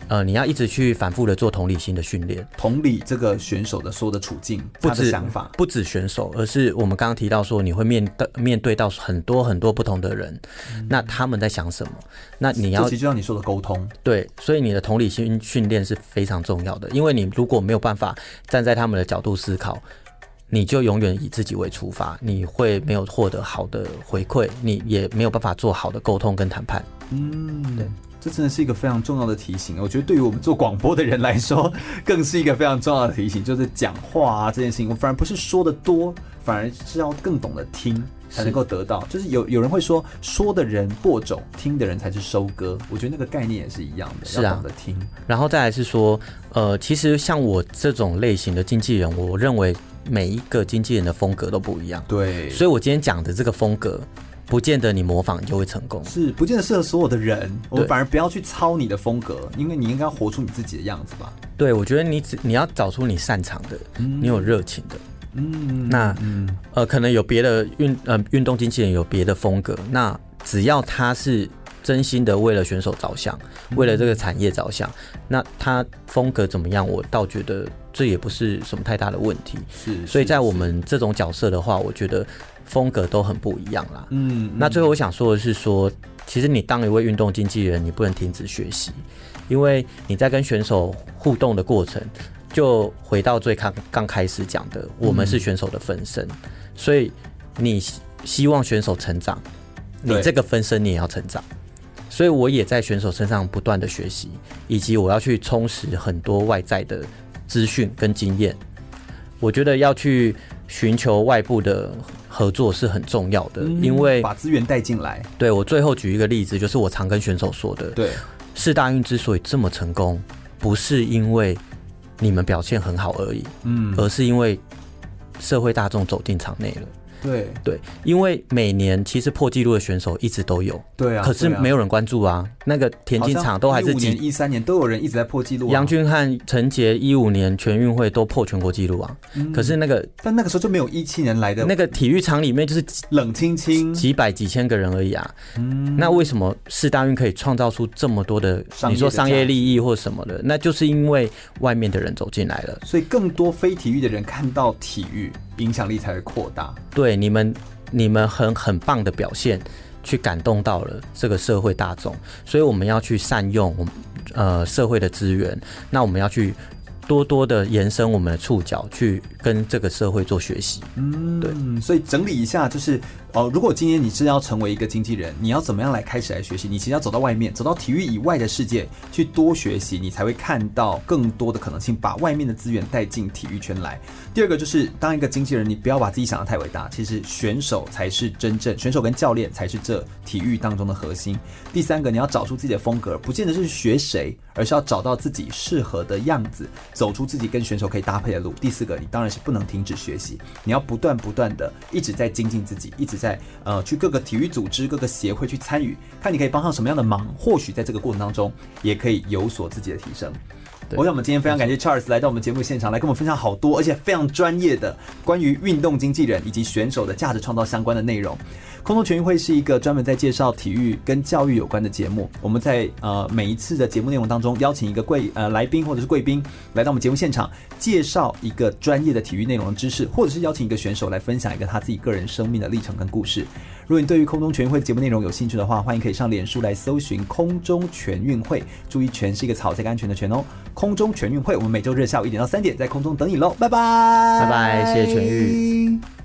你要一直去反复的做同理心的训练， 同理这个选手的所有的处境，他的想法， 不止选手，而是我们刚刚提到说，你会面对到很多很多不同的人，那他们在想什么？那你要， 这其实就像你说的沟通， 对，所以你的同理心训练是非常重要的，因为你如果没有办法站在他们的角度思考，你就永远以自己为出发，你会没有获得好的回馈，你也没有办法做好的沟通跟谈判。对。 这真的是一个非常重要的提醒，我觉得对于我们做广播的人来说，更是一个非常重要的提醒，就是讲话这件事情，我反而不是说的多，反而是要更懂得听，才能够得到。就是有人会说的人播种，听的人才是收割。我觉得那个概念也是一样的，要懂得听。 然后再来是说，其实像我这种类型的经纪人，我认为每一个经纪人的风格都不一样。 对， 所以我今天讲的这个风格，不见得你模仿你就会成功， 是不见得适合所有的人。我们反而不要去抄你的风格，因为你应该要活出你自己的样子吧。 对，我觉得你要找出你擅长的，你有热情的。可能有别的运动经纪人有别的风格，那只要他是真心的为了选手着想，为了这个产业着想，那他风格怎么样，我倒觉得这也不是什么太大的问题。所以在我们这种角色的话，我觉得风格都很不一样啦。那最后我想说的是说，其实你当一位运动经纪人，你不能停止学习，因为你在跟选手互动的过程，就回到最刚开始讲的，我们是选手的分身，所以你希望选手成长，你这个分身你也要成长。所以我也在选手身上不断的学习，以及我要去充实很多外在的资讯跟经验。我觉得要去寻求外部的合作是很重要的，因为把资源带进来。 对，我最后举一个例子，就是我常跟选手说的， 对， 世大运之所以这么成功，不是因为你们表现很好而已，而是因为社会大众走进场内了。对，因为每年其实破纪录的选手一直都有， 对啊， 可是没有人关注啊。那个田径场都还是 15年、13年都有人一直在破纪录。 杨俊翰、陈杰15年全运会都破全国纪录啊。可是但那个时候就没有17年来的那个体育场里面就是冷清清几百几千个人而已啊。那为什么世大运可以创造出这么多的你说商业利益或什么的？那就是因为外面的人走进来了， 所以更多非体育的人看到体育，影响力才会扩大。 对，你们很棒的表现，去感动到了这个社会大众，所以我们要去善用社会的资源，那我们要去多多的延伸我们的触角，去跟这个社会做学习。对， 所以整理一下，就是如果今天你是要成为一个经纪人，你要怎么样开始来学习？你其实要走到外面，走到体育以外的世界去多学习，你才会看到更多的可能性，把外面的资源带进体育圈来。第二个就是当一个经纪人，你不要把自己想得太伟大，其实选手才是真正选手跟教练才是这体育当中的核心。第三个，你要找出自己的风格，不见得是学谁，而是要找到自己适合的样子，走出自己跟选手可以搭配的路。第四个，你当然是不能停止学习，你要不断的一直在精进自己，一直在去各个体育组织、各个协会去参与，看你可以帮上什么样的忙，或许在这个过程当中也可以有所自己的提升。我想我们今天非常感谢 Charles 来到我们节目现场，来跟我们分享好多而且非常专业的关于运动经纪人以及选手的价值创造相关的内容。空中全运会是一个专门在介绍体育跟教育有关的节目，我们在每一次的节目内容当中邀请一个来宾或者是贵宾来到我们节目现场，介绍一个专业的体育内容的知识，或者是邀请一个选手来分享一个他自己个人生命的历程跟故事。如果你对于空中全运会的节目内容有兴趣的话，欢迎可以上脸书来搜寻空中全运会，注意全是一个草这个安全的全哦。空中全运会，我们每周日下午1点到3点在空中等你喽，拜拜， 拜拜，谢谢全玉。